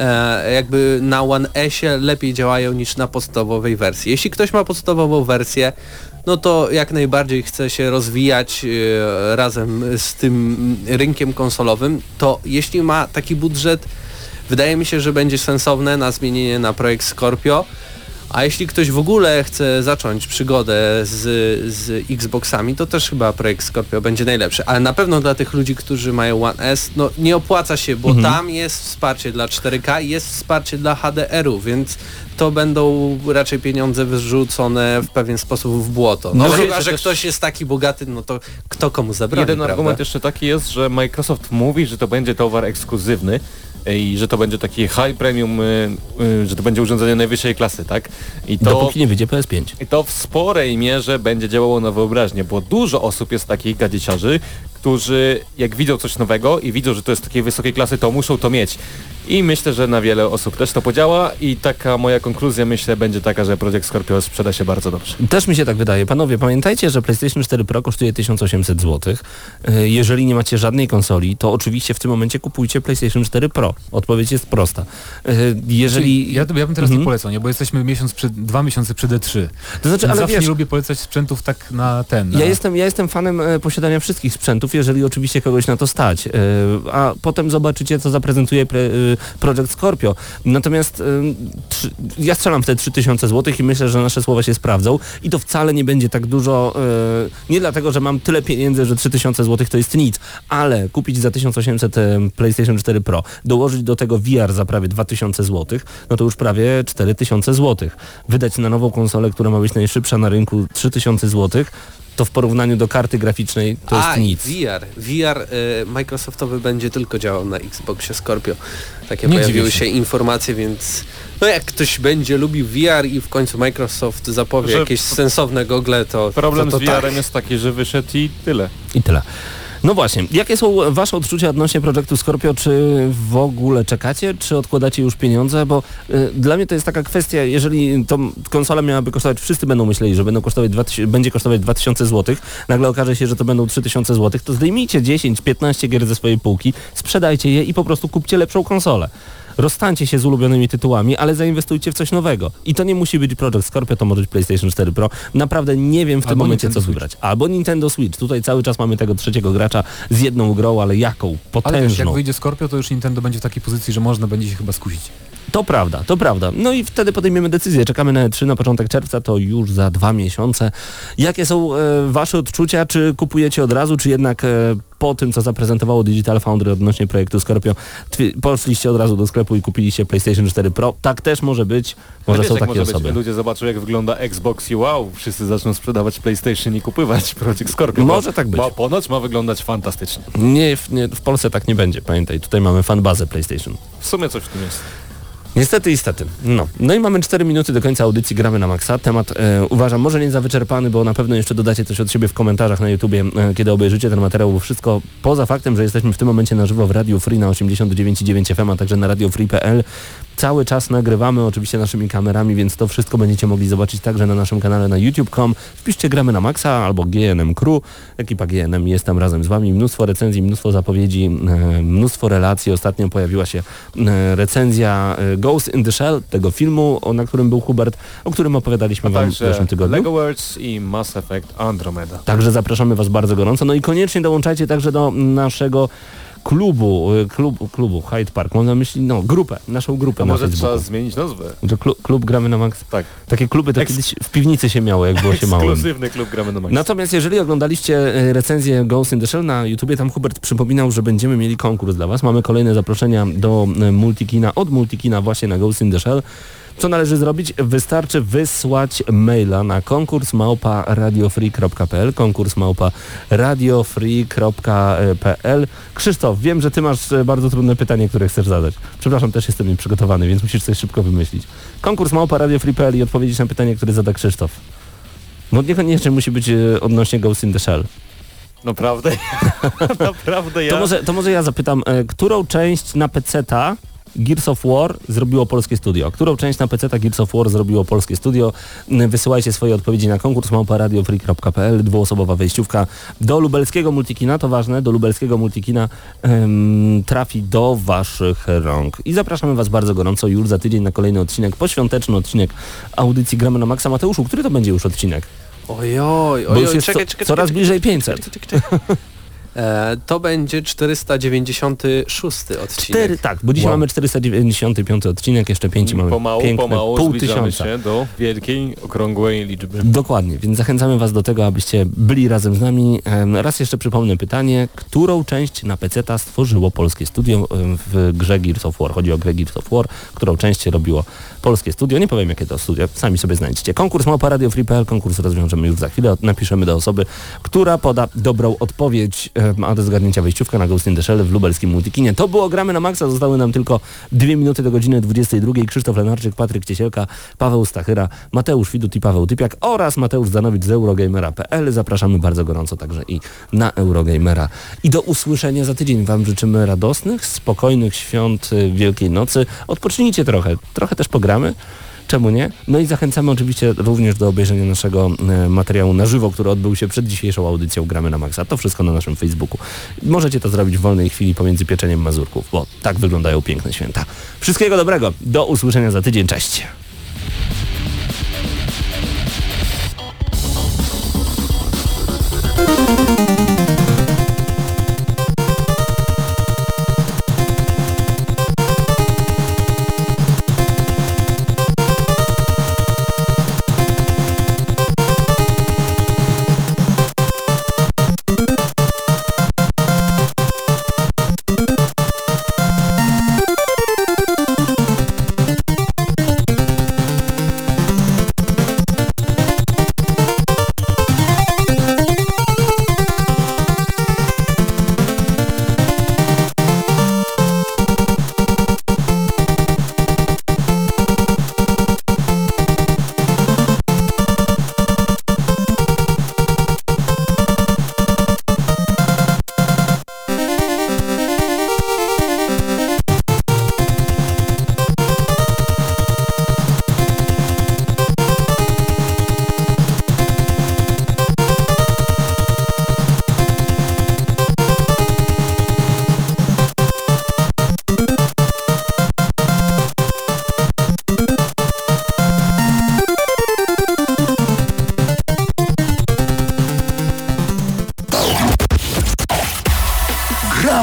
e, jakby na One S-ie lepiej działają niż na podstawowej wersji. Jeśli ktoś ma podstawową wersję, no to jak najbardziej chce się rozwijać e, razem z tym rynkiem konsolowym, to jeśli ma taki budżet, wydaje mi się, że będzie sensowne na zmienienie na projekt Scorpio. A jeśli ktoś w ogóle chce zacząć przygodę z, z Xboxami, to też chyba projekt Scorpio będzie najlepszy. Ale na pewno dla tych ludzi, którzy mają One S, no nie opłaca się, bo Mhm. tam jest wsparcie dla cztery K i jest wsparcie dla H D R u, więc to będą raczej pieniądze wyrzucone w pewien sposób w błoto. No, No, chyba, wiecie, że też- ktoś jest taki bogaty, no to kto komu zabroni, Jeden prawda? argument jeszcze taki jest, że Microsoft mówi, że to będzie towar ekskluzywny i że to będzie taki high premium, y, y, że to będzie urządzenie najwyższej klasy, tak? I to, Dopóki nie wyjdzie P S pięć. I to w sporej mierze będzie działało na wyobraźnię, bo dużo osób jest takich gadzieciarzy, którzy jak widzą coś nowego i widzą, że to jest takiej wysokiej klasy, to muszą to mieć. I myślę, że na wiele osób też to podziała i taka moja konkluzja, myślę, będzie taka, że Project Scorpio sprzeda się bardzo dobrze. Też mi się tak wydaje. Panowie, pamiętajcie, że PlayStation cztery Pro kosztuje tysiąc osiemset złotych. Yy, Jeżeli nie macie żadnej konsoli, to oczywiście w tym momencie kupujcie PlayStation cztery Pro. Odpowiedź jest prosta. Yy, Jeżeli... Ja, ja bym teraz Mhm. nie polecał, nie? Bo jesteśmy miesiąc przed, dwa miesiące przed E trzy. To znaczy, ale Zawsze wiesz, nie lubię polecać sprzętów tak na ten. Na... ja jestem, ja jestem fanem e, posiadania wszystkich sprzętów, newsów, jeżeli oczywiście kogoś na to stać. Yy, a potem zobaczycie, co zaprezentuje pre, yy, Project Scorpio. Natomiast yy, trzy, ja strzelam w te trzy tysiące złotych i myślę, że nasze słowa się sprawdzą i to wcale nie będzie tak dużo, yy, nie dlatego, że mam tyle pieniędzy, że trzy tysiące złotych to jest nic, ale kupić za tysiąc osiemset yy, PlayStation cztery Pro, dołożyć do tego V R za prawie dwa tysiące złotych, no to już prawie cztery tysiące złotych. Wydać na nową konsolę, która ma być najszybsza na rynku, trzy tysiące złotych, to w porównaniu do karty graficznej to jest A, nic. V R. V R y, Microsoftowy będzie tylko działał na Xboxie Scorpio. Takie Nie pojawiły dziwię się informacje, więc no jak ktoś będzie lubił V R i w końcu Microsoft zapowie Że jakieś sensowne gogle, to Problem to, to z V R-em tak. jest taki, że wyszedł i tyle. I tyle. No właśnie, jakie są wasze odczucia odnośnie Projektu Scorpio? Czy w ogóle czekacie, czy odkładacie już pieniądze? Bo y, dla mnie to jest taka kwestia, jeżeli to konsola miałaby kosztować, wszyscy będą myśleli, że będą kosztować dwa tysiące, będzie kosztować dwa tysiące złotych, nagle okaże się, że to będą trzy tysiące złotych, to zdejmijcie dziesięć piętnaście gier ze swojej półki, sprzedajcie je i po prostu kupcie lepszą konsolę. Rozstańcie się z ulubionymi tytułami, ale zainwestujcie w coś nowego. I to nie musi być Project Scorpio, to może być PlayStation cztery Pro. Naprawdę nie wiem w tym Albo momencie, Nintendo co Switch. wybrać. Albo Nintendo Switch. Tutaj cały czas mamy tego trzeciego gracza z jedną grą, ale jaką? Potężną. Ale wiesz, jak wyjdzie Scorpio, to już Nintendo będzie w takiej pozycji, że można będzie się chyba skusić. To prawda, to prawda. No i wtedy podejmiemy decyzję. Czekamy na E trzy na początek czerwca, to już za dwa miesiące. Jakie są e, wasze odczucia? Czy kupujecie od razu, czy jednak e, po tym, co zaprezentowało Digital Foundry odnośnie projektu Scorpio, twi- poszliście od razu do sklepu i kupiliście PlayStation cztery Pro? Tak też może być. Może Wiesz, są jak takie może osoby. Być? Ludzie zobaczą, jak wygląda Xbox i wow, wszyscy zaczną sprzedawać PlayStation i kupywać Project Scorpio. Może bo, tak być. Bo ponoć ma wyglądać fantastycznie. Nie w, nie, w Polsce tak nie będzie, pamiętaj. Tutaj mamy fanbazę PlayStation. W sumie coś w tym jest. Niestety, niestety. No. no i mamy cztery minuty do końca audycji Gramy na Maxa. Temat e, uważam może nie za wyczerpany, bo na pewno jeszcze dodacie coś od siebie w komentarzach na YouTubie, e, kiedy obejrzycie ten materiał, bo wszystko poza faktem, że jesteśmy w tym momencie na żywo w Radio Free na osiemdziesiąt dziewięć i dziewięć F M, a także na radio free kropka p l. Cały czas nagrywamy oczywiście naszymi kamerami, więc to wszystko będziecie mogli zobaczyć także na naszym kanale na youtube kropka com. Wpiszcie Gramy na Maxa albo G N M Crew. Ekipa G N M jest tam razem z wami. Mnóstwo recenzji, mnóstwo zapowiedzi, e, mnóstwo relacji. Ostatnio pojawiła się e, recenzja e, Ghost in the Shell, tego filmu, o, na którym był Hubert, o którym opowiadaliśmy A wam w także zeszłym tygodniu. Lego Worlds i Mass Effect Andromeda. Także zapraszamy was bardzo gorąco. No i koniecznie dołączajcie także do naszego klubu, klubu, klubu Hyde Park, mam na myśli, no, grupę, naszą grupę A na może Facebooku. trzeba zmienić nazwę? Że klub, klub Gramy na Max. Tak. Takie kluby to Eks- kiedyś w piwnicy się miało, jak było się małym. Ekskluzywny klub Gramy na Max. Natomiast jeżeli oglądaliście e, recenzję Ghost in the Shell na YouTubie, tam Hubert przypominał, że będziemy mieli konkurs dla was. Mamy kolejne zaproszenia do e, Multikina, od Multikina właśnie na Ghost in the Shell. Co należy zrobić? Wystarczy wysłać maila na konkurs małpa radiofree kropka p l, konkurs małpa radiofree kropka p l. Krzysztof, wiem, że ty masz e, bardzo trudne pytanie, które chcesz zadać. Przepraszam, też jestem nieprzygotowany, więc musisz coś szybko wymyślić. Konkurs małpa radiofree kropka p l i odpowiedzieć na pytanie, które zada Krzysztof. No niekoniecznie musi być e, odnośnie Ghost in the Shell. Naprawdę? Naprawdę ja? To może, to może ja zapytam, e, którą część na peceta Gears of War zrobiło polskie studio? Którą część na peceta Gears of War zrobiło polskie studio? N- Wysyłajcie swoje odpowiedzi na konkurs małpa radiofree kropka p l, dwuosobowa wejściówka do lubelskiego Multikina, to ważne, do lubelskiego Multikina em, trafi do waszych rąk. I zapraszamy was bardzo gorąco już za tydzień na kolejny odcinek, poświąteczny odcinek audycji Gramy na Maxa. Mateuszu, który to będzie już odcinek? Ojoj, Bo już ojoj, jest czekaj, co, czekaj, coraz czekaj, bliżej czekaj, pięćset. czekaj, czekaj, czekaj. E, to będzie czterysta dziewięćdziesiąty szósty odcinek. Cztery, tak, bo dzisiaj Wow. mamy czterysta dziewięćdziesiąty piąty odcinek, jeszcze pięć mamy Pomału, piękne pomału pół zbliżamy tysiąca. się do wielkiej, okrągłej liczby. Dokładnie, więc zachęcamy was do tego, abyście byli razem z nami. Em, Raz jeszcze przypomnę pytanie, którą część na peceta stworzyło polskie studio em, w grze Gears of War? Chodzi o grę Gears of War, którą część robiło polskie studio. Nie powiem, jakie to studio, sami sobie znajdziecie. Konkurs małpa radiofree kropka p l, konkurs rozwiążemy już za chwilę. Napiszemy do osoby, która poda dobrą odpowiedź, em, a do zgarnięcia wejściówka na Ghost in the Shell w lubelskim Multikinie. To było Gramy na Maxa, zostały nam tylko dwie minuty do godziny dwudziestej drugiej. Krzysztof Lenarczyk, Patryk Ciesielka, Paweł Stachyra, Mateusz Widut i Paweł Typiak oraz Mateusz Zanowicz z eurogamera kropka p l. Zapraszamy bardzo gorąco także i na Eurogamera. I do usłyszenia za tydzień. Wam życzymy radosnych, spokojnych świąt y, Wielkiej Nocy. Odpocznijcie trochę, trochę też pogramy. Czemu nie? No i zachęcamy oczywiście również do obejrzenia naszego e, materiału na żywo, który odbył się przed dzisiejszą audycją Gramy na Maxa. To wszystko na naszym Facebooku. Możecie to zrobić w wolnej chwili pomiędzy pieczeniem mazurków, bo tak wyglądają piękne święta. Wszystkiego dobrego. Do usłyszenia za tydzień. Cześć.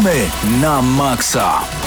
Gramy na maksa.